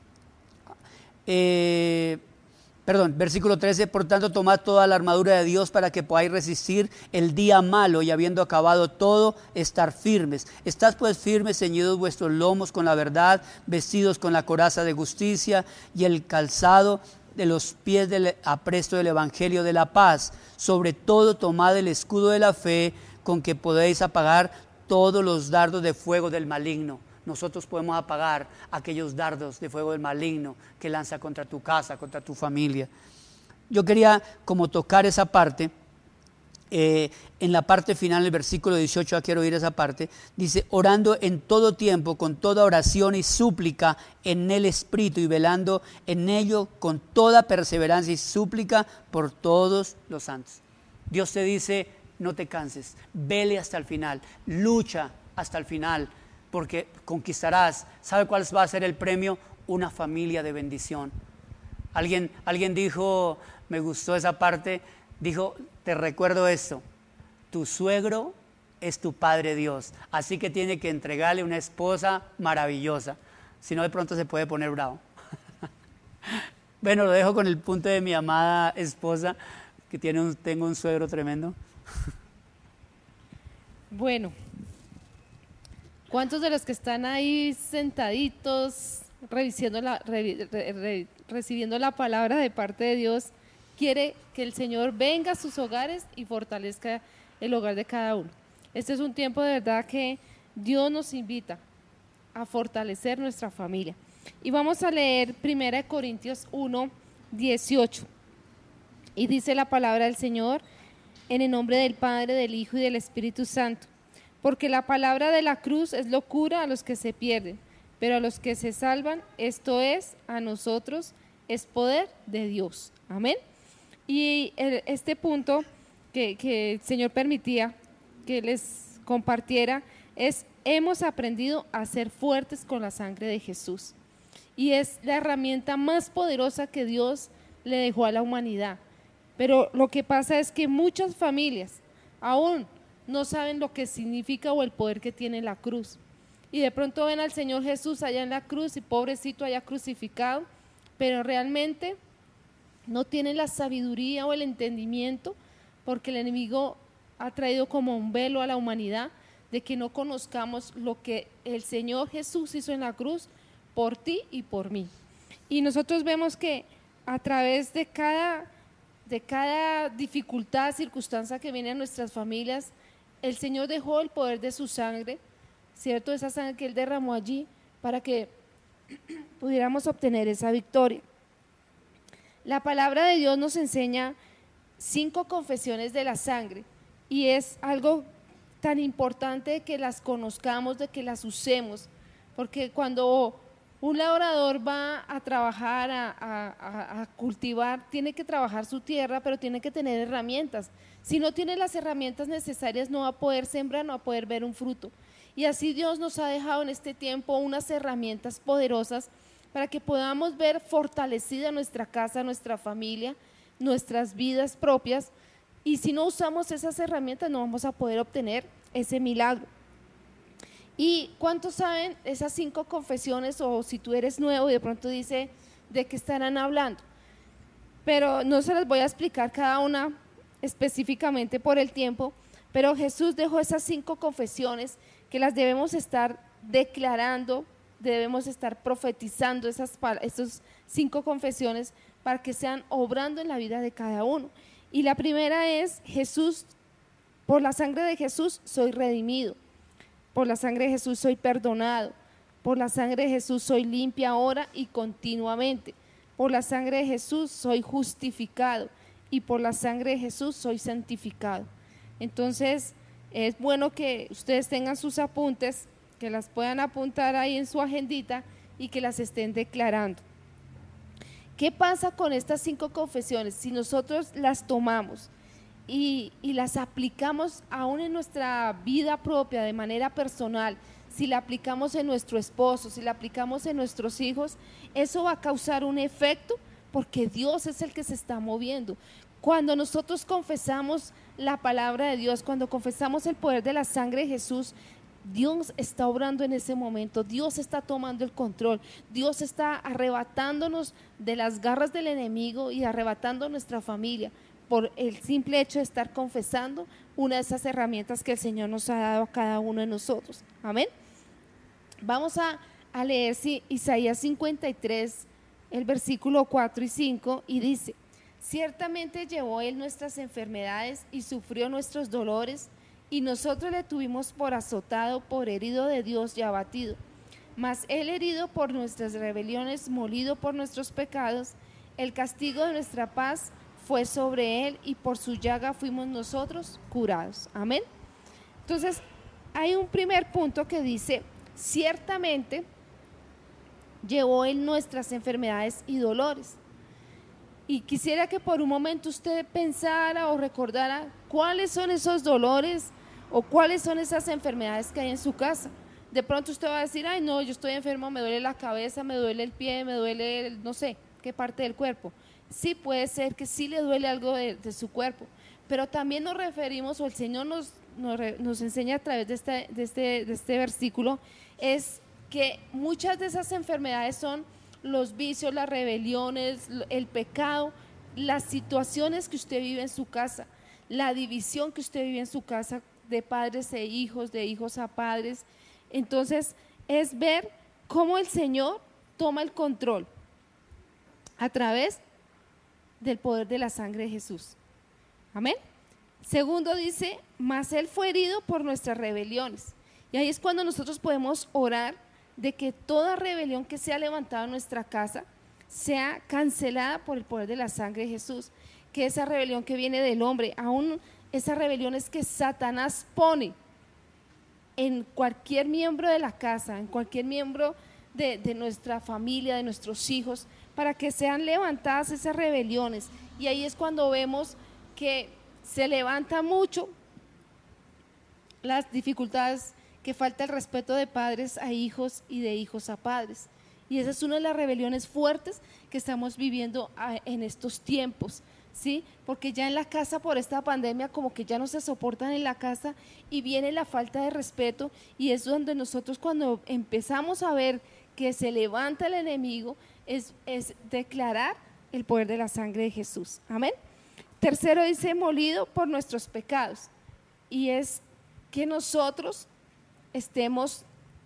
Versículo 13, por tanto tomad toda la armadura de Dios para que podáis resistir el día malo y habiendo acabado todo, estar firmes. Estad pues firmes, ceñidos vuestros lomos con la verdad, vestidos con la coraza de justicia y el calzado de los pies del apresto del evangelio de la paz. Sobre todo tomad el escudo de la fe con que podéis apagar todos los dardos de fuego del maligno. Nosotros podemos apagar aquellos dardos de fuego del maligno que lanza contra tu casa, contra tu familia. Yo quería como tocar esa parte en la parte final, el versículo 18, quiero oír esa parte, dice, orando en todo tiempo, con toda oración y súplica en el Espíritu y velando en ello con toda perseverancia y súplica por todos los santos. Dios te dice, no te canses, vele hasta el final, lucha hasta el final, porque conquistarás. ¿Sabe cuál va a ser el premio? Una familia de bendición. Alguien dijo, me gustó esa parte, dijo, te recuerdo esto, tu suegro es tu Padre Dios, así que tiene que entregarle una esposa maravillosa, si no de pronto se puede poner bravo. Bueno, lo dejo con el punto de mi amada esposa, que tengo un suegro tremendo. Bueno, ¿cuántos de los que están ahí sentaditos, recibiendo la palabra de parte de Dios, quiere que el Señor venga a sus hogares y fortalezca el hogar de cada uno? Este es un tiempo de verdad que Dios nos invita a fortalecer nuestra familia. Y vamos a leer 1 Corintios 1, 18. Y dice la palabra del Señor, en el nombre del Padre, del Hijo y del Espíritu Santo. Porque la palabra de la cruz es locura a los que se pierden, pero a los que se salvan, esto es, a nosotros, es poder de Dios. Amén. Y este punto que el Señor permitía que les compartiera es, hemos aprendido a ser fuertes con la sangre de Jesús. Y es la herramienta más poderosa que Dios le dejó a la humanidad. Pero lo que pasa es que muchas familias aún no saben lo que significa o el poder que tiene la cruz. Y de pronto ven al Señor Jesús allá en la cruz y pobrecito allá crucificado, pero realmente no tienen la sabiduría o el entendimiento, porque el enemigo ha traído como un velo a la humanidad de que no conozcamos lo que el Señor Jesús hizo en la cruz por ti y por mí. Y nosotros vemos que a través de cada dificultad, circunstancia que viene a nuestras familias, el Señor dejó el poder de su sangre, ¿cierto? Esa sangre que Él derramó allí para que pudiéramos obtener esa victoria. La palabra de Dios nos enseña 5 confesiones de la sangre y es algo tan importante que las conozcamos, de que las usemos, porque cuando un labrador va a trabajar, a cultivar, tiene que trabajar su tierra, pero tiene que tener herramientas. Si no tiene las herramientas necesarias, no va a poder sembrar, no va a poder ver un fruto. Y así Dios nos ha dejado en este tiempo unas herramientas poderosas para que podamos ver fortalecida nuestra casa, nuestra familia, nuestras vidas propias. Y si no usamos esas herramientas, no vamos a poder obtener ese milagro. ¿Y cuántos saben esas 5 confesiones? O si tú eres nuevo y de pronto dice, ¿de qué estarán hablando? Pero no se las voy a explicar cada una específicamente por el tiempo, pero Jesús dejó esas 5 confesiones que las debemos estar declarando, debemos estar profetizando esas 5 confesiones para que sean obrando en la vida de cada uno. Y la primera es, Jesús, por la sangre de Jesús soy redimido. Por la sangre de Jesús soy perdonado, por la sangre de Jesús soy limpia ahora y continuamente, por la sangre de Jesús soy justificado y por la sangre de Jesús soy santificado. Entonces es bueno que ustedes tengan sus apuntes, que las puedan apuntar ahí en su agendita y que las estén declarando. ¿Qué pasa con estas 5 confesiones? Si nosotros las tomamos y las aplicamos aún en nuestra vida propia de manera personal, si la aplicamos en nuestro esposo, si la aplicamos en nuestros hijos, eso va a causar un efecto porque Dios es el que se está moviendo. Cuando nosotros confesamos la palabra de Dios, cuando confesamos el poder de la sangre de Jesús, Dios está obrando en ese momento, Dios está tomando el control, Dios está arrebatándonos de las garras del enemigo y arrebatando nuestra familia, por el simple hecho de estar confesando una de esas herramientas que el Señor nos ha dado a cada uno de nosotros. Amén. Vamos a leer Isaías 53, el versículo 4 y 5, y dice: ciertamente llevó Él nuestras enfermedades y sufrió nuestros dolores, y nosotros le tuvimos por azotado, por herido de Dios y abatido. Mas Él herido por nuestras rebeliones, molido por nuestros pecados, el castigo de nuestra paz fue sobre él y por su llaga fuimos nosotros curados. Amén. Entonces, hay un primer punto que dice, ciertamente llevó él nuestras enfermedades y dolores. Y quisiera que por un momento usted pensara o recordara cuáles son esos dolores o cuáles son esas enfermedades que hay en su casa. De pronto usted va a decir, ay no, yo estoy enfermo, me duele la cabeza, me duele el pie, me duele, no sé, qué parte del cuerpo. Sí, puede ser que sí le duele algo de su cuerpo, pero también nos referimos, o el Señor nos enseña a través de este versículo, es que muchas de esas enfermedades son los vicios, las rebeliones, el pecado, las situaciones que usted vive en su casa, la división que usted vive en su casa de padres e hijos, de hijos a padres. Entonces es ver cómo el Señor toma el control a través del poder de la sangre de Jesús. Amén. Segundo dice, mas Él fue herido por nuestras rebeliones. Y ahí es cuando nosotros podemos orar de que toda rebelión que sea levantada en nuestra casa sea cancelada por el poder de la sangre de Jesús. Que esa rebelión que viene del hombre, aún esa rebelión es que Satanás pone en cualquier miembro de la casa, en cualquier miembro de nuestra familia, de nuestros hijos, para que sean levantadas esas rebeliones. Y ahí es cuando vemos que se levanta mucho las dificultades, que falta el respeto de padres a hijos y de hijos a padres. Y esa es una de las rebeliones fuertes que estamos viviendo en estos tiempos, ¿sí? Porque ya en la casa, por esta pandemia, como que ya no se soportan en la casa y viene la falta de respeto, y es donde nosotros, cuando empezamos a ver que se levanta el enemigo, es declarar el poder de la sangre de Jesús. Amén. Tercero dice, molido por nuestros pecados, y es que nosotros estemos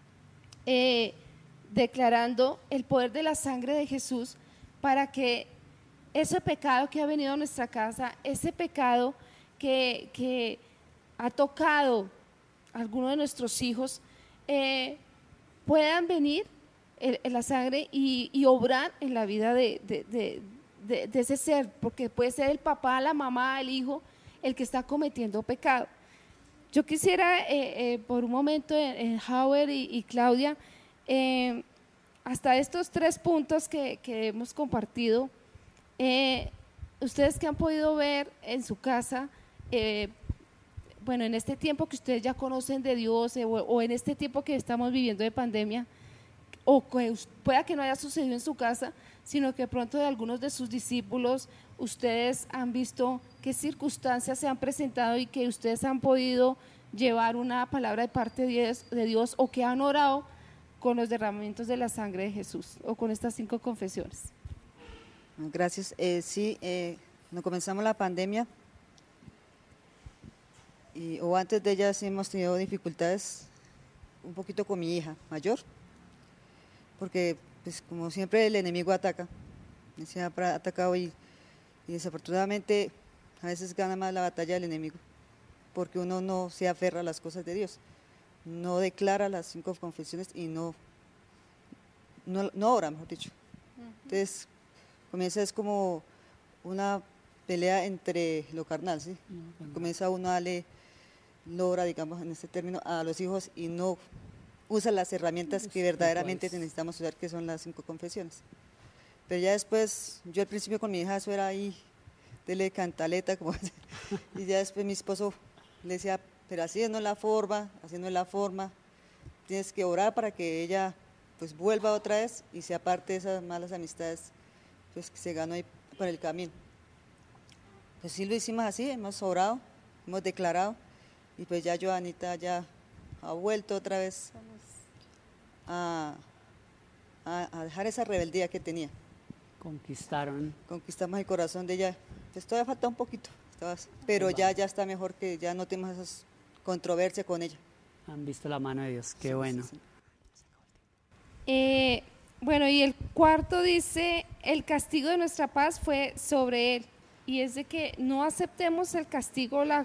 declarando el poder de la sangre de Jesús para que ese pecado que ha venido a nuestra casa, ese pecado que ha tocado a alguno de nuestros hijos, puedan venir en la sangre y obrar en la vida de ese ser, porque puede ser el papá, la mamá, el hijo, el que está cometiendo pecado. Yo quisiera por un momento, Howard y Claudia, hasta estos 3 puntos que hemos compartido, ustedes que han podido ver en su casa, bueno, en este tiempo que ustedes ya conocen de Dios, o en este tiempo que estamos viviendo de pandemia, o que pueda que no haya sucedido en su casa, sino que pronto de algunos de sus discípulos ustedes han visto qué circunstancias se han presentado y que ustedes han podido llevar una palabra de parte de Dios, o que han orado con los derramamientos de la sangre de Jesús, o con estas 5 confesiones. Gracias. Sí, cuando comenzamos la pandemia, o antes de ella, sí hemos tenido dificultades un poquito con mi hija mayor, porque pues como siempre el enemigo ataca, se ha atacado y desafortunadamente a veces gana más la batalla del enemigo, porque uno no se aferra a las cosas de Dios, no declara las 5 confesiones y no ora, mejor dicho. Entonces comienza, es como una pelea entre lo carnal, ¿sí? Comienza uno a darle lora, digamos, en este término, a los hijos, y no usa las herramientas que verdaderamente necesitamos usar, que son las 5 confesiones. Pero ya después, yo al principio con mi hija eso era ahí, dele cantaleta, como y ya después mi esposo le decía, pero así no es la forma, tienes que orar para que ella pues vuelva otra vez y se aparte de esas malas amistades pues que se ganó ahí por el camino. Pues sí lo hicimos así, hemos orado, hemos declarado, y pues ya Joanita ya ha vuelto otra vez a dejar esa rebeldía que tenía. Conquistamos el corazón de ella. Pues todavía falta un poquito, pero ya está mejor, que ya no tenemos esas controversias con ella. Han visto la mano de Dios, qué bueno. Sí. Bueno, y el cuarto dice, el castigo de nuestra paz fue sobre él, y es de que no aceptemos el castigo el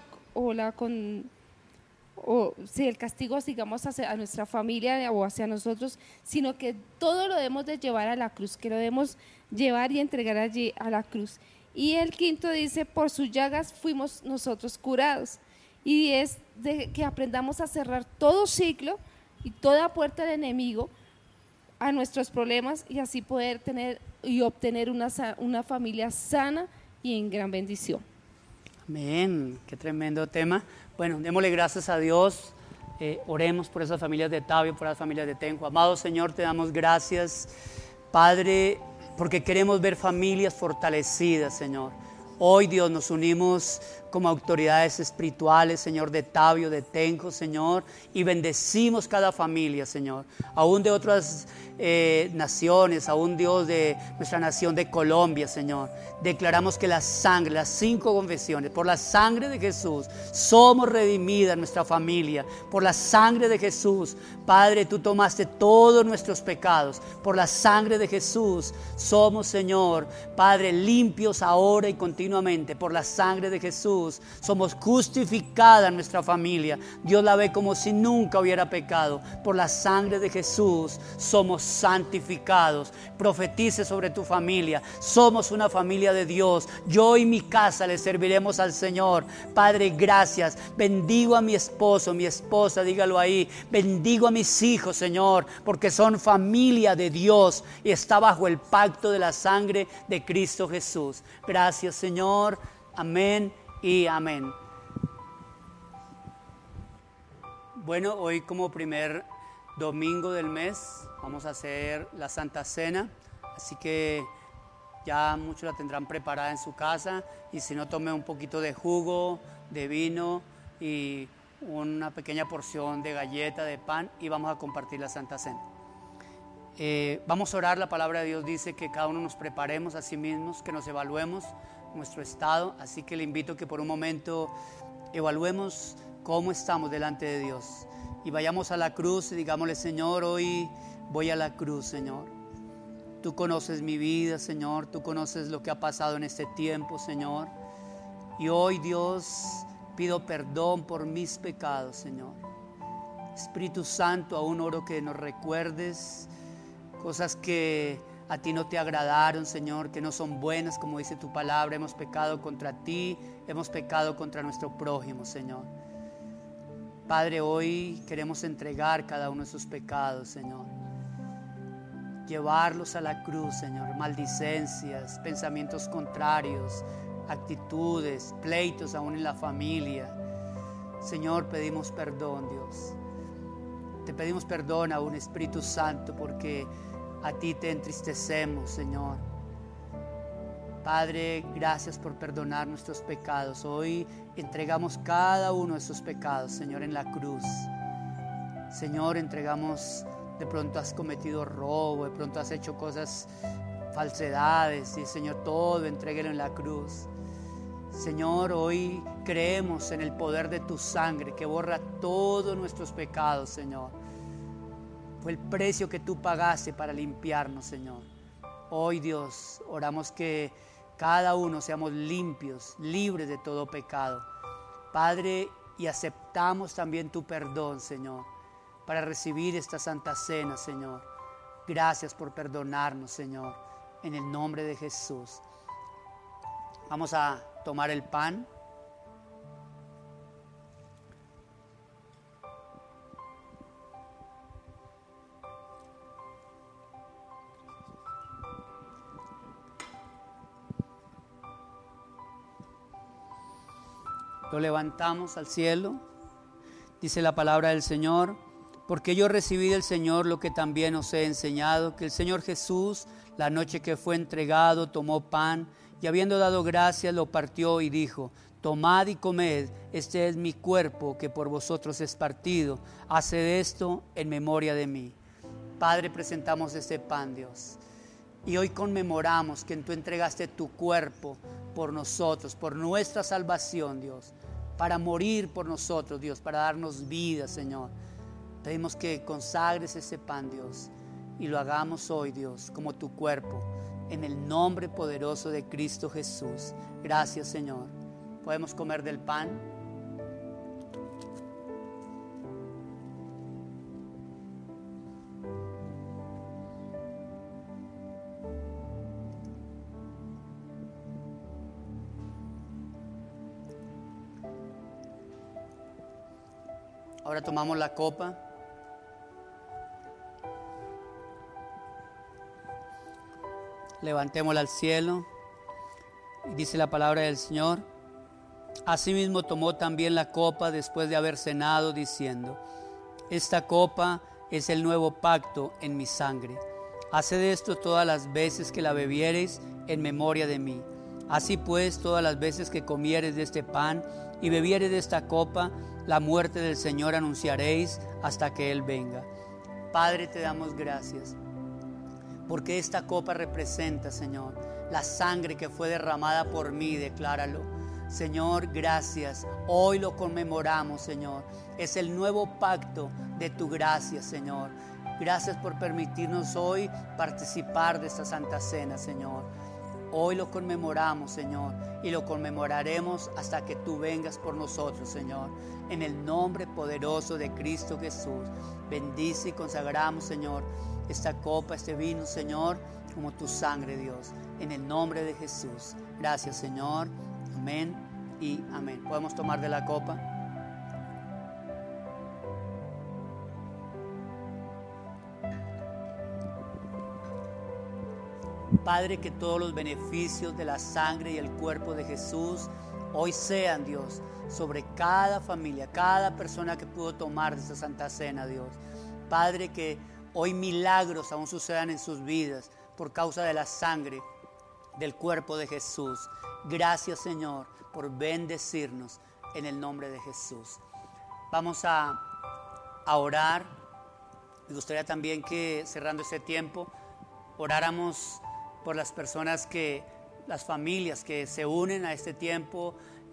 castigo, digamos, a nuestra familia o hacia nosotros, sino que todo lo debemos de llevar a la cruz, que lo debemos llevar y entregar allí a la cruz. Y el quinto dice, por sus llagas fuimos nosotros curados. Y es de que aprendamos a cerrar todo ciclo y toda puerta del enemigo a nuestros problemas y así poder tener y obtener una familia sana y en gran bendición. Amén, qué tremendo tema. Bueno, démosle gracias a Dios, oremos por esas familias de Tabio, por las familias de Tenjo. Amado Señor, te damos gracias, Padre, porque queremos ver familias fortalecidas, Señor. Hoy, Dios, nos unimos como autoridades espirituales, Señor, de Tabio, de Tenjo, Señor, y bendecimos cada familia, Señor, aún de otras naciones, aún Dios de nuestra nación de Colombia, Señor. Declaramos que la sangre, las 5 confesiones, por la sangre de Jesús, somos redimidas nuestra familia, por la sangre de Jesús, Padre, tú tomaste todos nuestros pecados, por la sangre de Jesús, somos, Señor, Padre, limpios ahora y continuamente, por la sangre de Jesús, somos justificada nuestra familia, Dios la ve como si nunca hubiera pecado, por la sangre de Jesús, somos santificados. Profetice sobre tu familia, somos una familia de Dios, yo y mi casa le serviremos al Señor. Padre, gracias, bendigo a mi esposo, mi esposa, dígalo ahí, bendigo a mis hijos, Señor, porque son familia de Dios y está bajo el pacto de la sangre de Cristo Jesús. Gracias, Señor, amén y amén. Bueno, hoy como primer domingo del mes vamos a hacer la Santa Cena, así que ya muchos la tendrán preparada en su casa y si no, tome un poquito de jugo, de vino y una pequeña porción de galleta, de pan y vamos a compartir la Santa Cena. Vamos a orar. La palabra de Dios dice que cada uno nos preparemos a sí mismos, que nos evaluemos nuestro estado, así que le invito a que por un momento evaluemos cómo estamos delante de Dios y vayamos a la cruz y digámosle: Señor, hoy voy a la cruz, Señor. Tú conoces mi vida, Señor, tú conoces lo que ha pasado en este tiempo, Señor, y hoy, Dios, pido perdón por mis pecados, Señor. Espíritu Santo, aún oro que nos recuerdes cosas que a ti no te agradaron, Señor, que no son buenas, como dice tu palabra. Hemos pecado contra ti, hemos pecado contra nuestro prójimo, Señor. Padre, hoy queremos entregar cada uno de esos pecados, Señor. Llevarlos a la cruz, Señor. Maldicencias, pensamientos contrarios, actitudes, pleitos aún en la familia. Señor, pedimos perdón, Dios. Te pedimos perdón aún, Espíritu Santo, porque a ti te entristecemos, Señor. Padre, gracias por perdonar nuestros pecados. Hoy entregamos cada uno de esos pecados, Señor, en la cruz. Señor, entregamos, de pronto has cometido robo, de pronto has hecho cosas, falsedades, y Señor, todo entréguelo en la cruz. Señor, hoy creemos en el poder de tu sangre que borra todos nuestros pecados, Señor. Fue el precio que tú pagaste para limpiarnos, Señor. Hoy, Dios, oramos que cada uno seamos limpios, libres de todo pecado. Padre, y aceptamos también tu perdón, Señor, para recibir esta Santa Cena, Señor. Gracias por perdonarnos, Señor, en el nombre de Jesús. Vamos a tomar el pan. Lo levantamos al cielo. Dice la palabra del Señor: porque yo recibí del Señor lo que también os he enseñado, que el Señor Jesús, la noche que fue entregado, tomó pan y habiendo dado gracias lo partió y dijo: tomad y comed, este es mi cuerpo que por vosotros es partido, haced esto en memoria de mí. Padre, presentamos este pan, Dios, y hoy conmemoramos que tú entregaste tu cuerpo por nosotros, por nuestra salvación, Dios, para morir por nosotros, Dios, para darnos vida, Señor. Pedimos que consagres ese pan, Dios, y lo hagamos hoy, Dios, como tu cuerpo, en el nombre poderoso de Cristo Jesús. Gracias, Señor. Podemos comer del pan. Ahora tomamos la copa. Levantémosla al cielo. Y dice la palabra del Señor: asimismo tomó también la copa después de haber cenado, diciendo: esta copa es el nuevo pacto en mi sangre. Haced esto todas las veces que la bebiereis en memoria de mí. Así pues, todas las veces que comiereis de este pan y bebiereis de esta copa, la muerte del Señor anunciaréis hasta que Él venga. Padre, te damos gracias, porque esta copa representa, Señor, la sangre que fue derramada por mí, decláralo. Señor, gracias. Hoy lo conmemoramos, Señor. Es el nuevo pacto de tu gracia, Señor. Gracias por permitirnos hoy participar de esta Santa Cena, Señor. Hoy lo conmemoramos, Señor, y lo conmemoraremos hasta que tú vengas por nosotros, Señor. En el nombre poderoso de Cristo Jesús, bendice y consagramos, Señor, esta copa, este vino, Señor, como tu sangre, Dios. En el nombre de Jesús. Gracias, Señor. Amén y amén. Podemos tomar de la copa. Padre, que todos los beneficios de la sangre y el cuerpo de Jesús hoy sean, Dios, sobre cada familia, cada persona que pudo tomar de esta Santa Cena, Dios. Padre, que hoy milagros aún sucedan en sus vidas por causa de la sangre del cuerpo de Jesús. Gracias, Señor, por bendecirnos en el nombre de Jesús. Vamos a orar. Me gustaría también que, cerrando este tiempo, oráramos por las personas las familias que se unen a este tiempo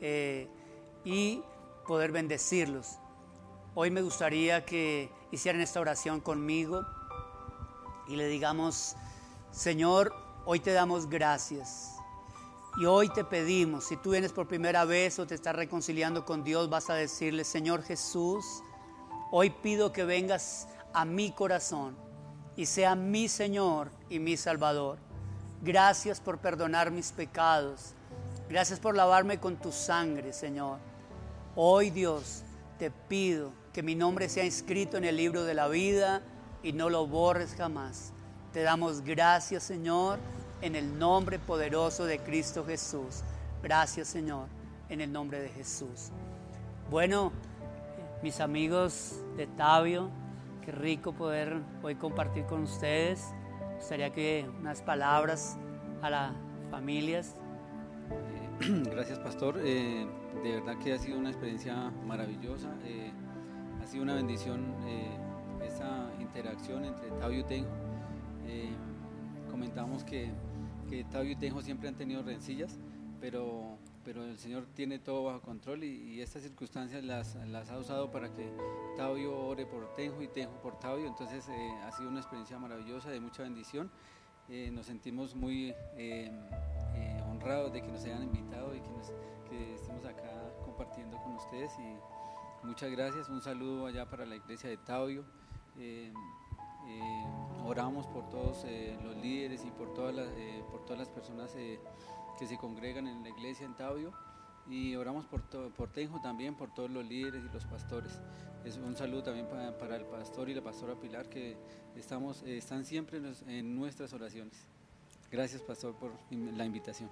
y poder bendecirlos. Hoy me gustaría que hicieran esta oración conmigo y le digamos: Señor, hoy te damos gracias y hoy te pedimos, si tú vienes por primera vez o te estás reconciliando con Dios, vas a decirle: Señor Jesús, hoy pido que vengas a mi corazón y sea mi Señor y mi Salvador. Gracias por perdonar mis pecados. Gracias por lavarme con tu sangre, Señor. Hoy, Dios, te pido que mi nombre sea inscrito en el libro de la vida y no lo borres jamás. Te damos gracias, Señor, en el nombre poderoso de Cristo Jesús. Gracias, Señor, en el nombre de Jesús. Bueno, mis amigos de Tabio, qué rico poder hoy compartir con ustedes. Me gustaría que unas palabras a las familias. Gracias, pastor. De verdad que ha sido una experiencia maravillosa. Ha sido una bendición esta interacción entre Tabio y Tenjo. Comentamos que Tabio y Tenjo siempre han tenido rencillas, pero el Señor tiene todo bajo control y estas circunstancias las ha usado para que Tabio ore por Tenjo y Tenjo por Tabio. Entonces ha sido una experiencia maravillosa, de mucha bendición. Nos sentimos muy honrados de que nos hayan invitado y que estemos acá compartiendo con ustedes, y muchas gracias. Un saludo allá para la iglesia de Tabio. Oramos por todos los líderes y por todas las personas que se congregan en la iglesia en Tabio, y oramos por Tenjo también, por todos los líderes y los pastores. Es un saludo también para el pastor y la pastora Pilar, que están siempre en nuestras oraciones. Gracias, pastor, por la invitación.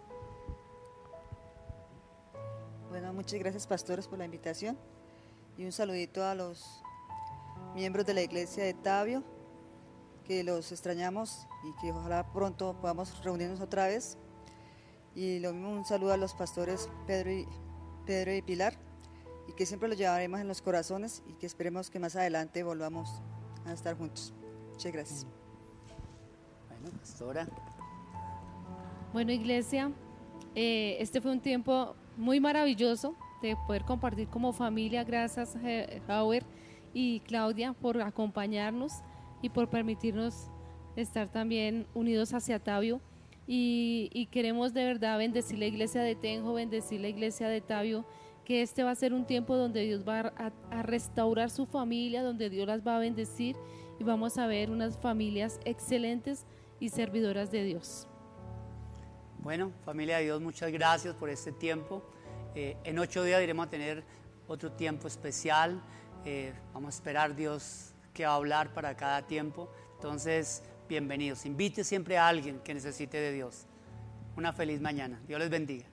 Bueno, muchas gracias, pastores, por la invitación, y un saludito a los miembros de la iglesia de Tabio, que los extrañamos y que ojalá pronto podamos reunirnos otra vez. Y lo mismo, un saludo a los pastores Pedro y Pilar, y que siempre los llevaremos en los corazones y que esperemos que más adelante volvamos a estar juntos. Muchas gracias. Bueno, pastora. Bueno, iglesia, este fue un tiempo muy maravilloso de poder compartir como familia. Gracias, Howard y Claudia, por acompañarnos y por permitirnos estar también unidos hacia Tabio. Y queremos de verdad bendecir la iglesia de Tenjo, bendecir la iglesia de Tabio, que este va a ser un tiempo donde Dios va a restaurar su familia, donde Dios las va a bendecir y vamos a ver unas familias excelentes y servidoras de Dios. Bueno, familia de Dios, muchas gracias por este tiempo. En 8 días iremos a tener otro tiempo especial. Vamos a esperar Dios que va a hablar para cada tiempo. Entonces, bienvenidos. Invite siempre a alguien que necesite de Dios. Una feliz mañana. Dios les bendiga.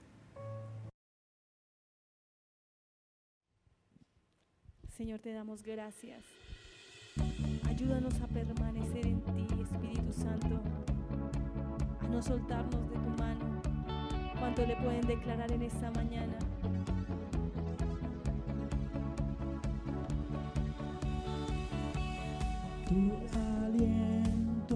Señor, te damos gracias. Ayúdanos a permanecer en ti, Espíritu Santo, a no soltarnos de tu mano. ¿Cuánto le pueden declarar en esta mañana? Tu aliento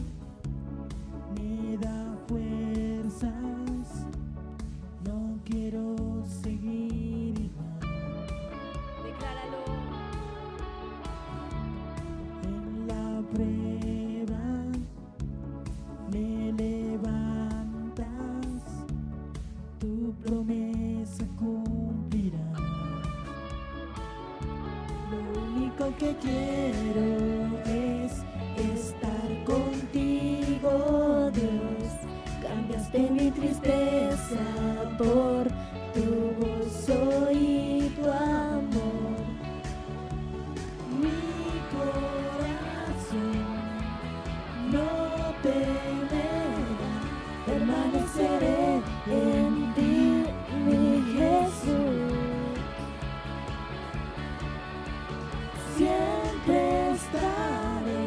me da fuerzas, no quiero seguir igual. Decláralo. En la prueba me levantas, tu promesa cumplirás. Lo único que quiero es estar contigo, Dios. Cambiaste mi tristeza por tu gozo y tu amor. Mi corazón no temerá, permaneceré en ti, mi Jesús. Siempre estaré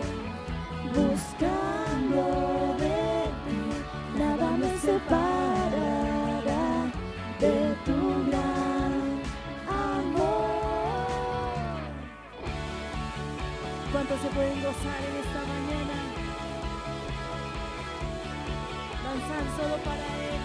buscando de ti, nada me separará de tu gran amor. ¿Cuántos se pueden gozar en esta mañana? Danzar solo para Él.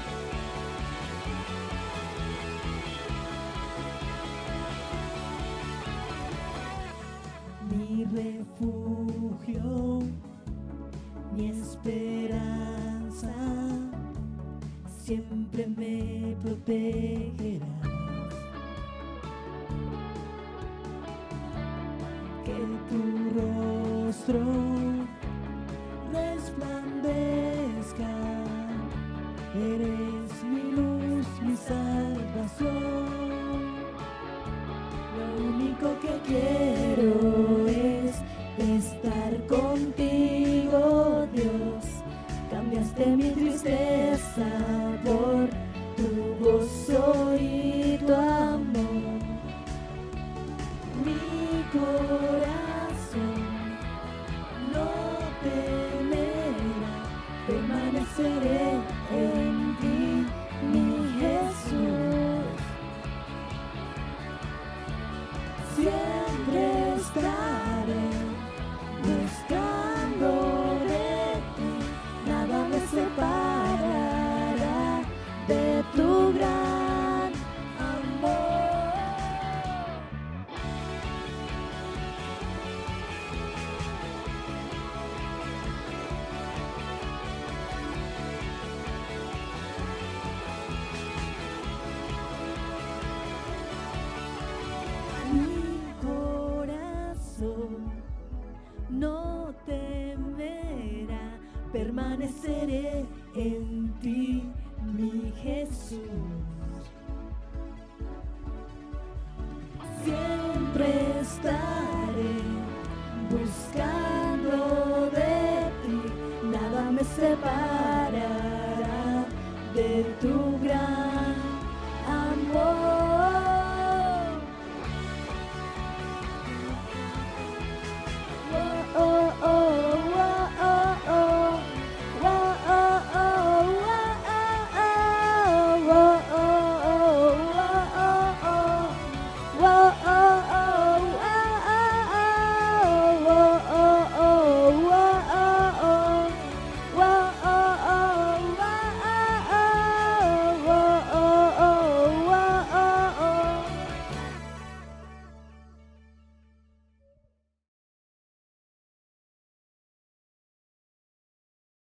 Mi refugio, mi esperanza, siempre me protegerás. Que tu rostro resplandezca, eres mi luz, mi salvación. Lo único que quiero es estar contigo, Dios. Cambiaste mi tristeza por tu gozo y tu amor. Mi corazón no temerá, permaneceré en ti, mi Jesús. Siempre estaré buscando de ti, nada me separará de tu gran amor. Mi corazón no temerá, permaneceré en ti, mi Jesús. Siempre estaré buscando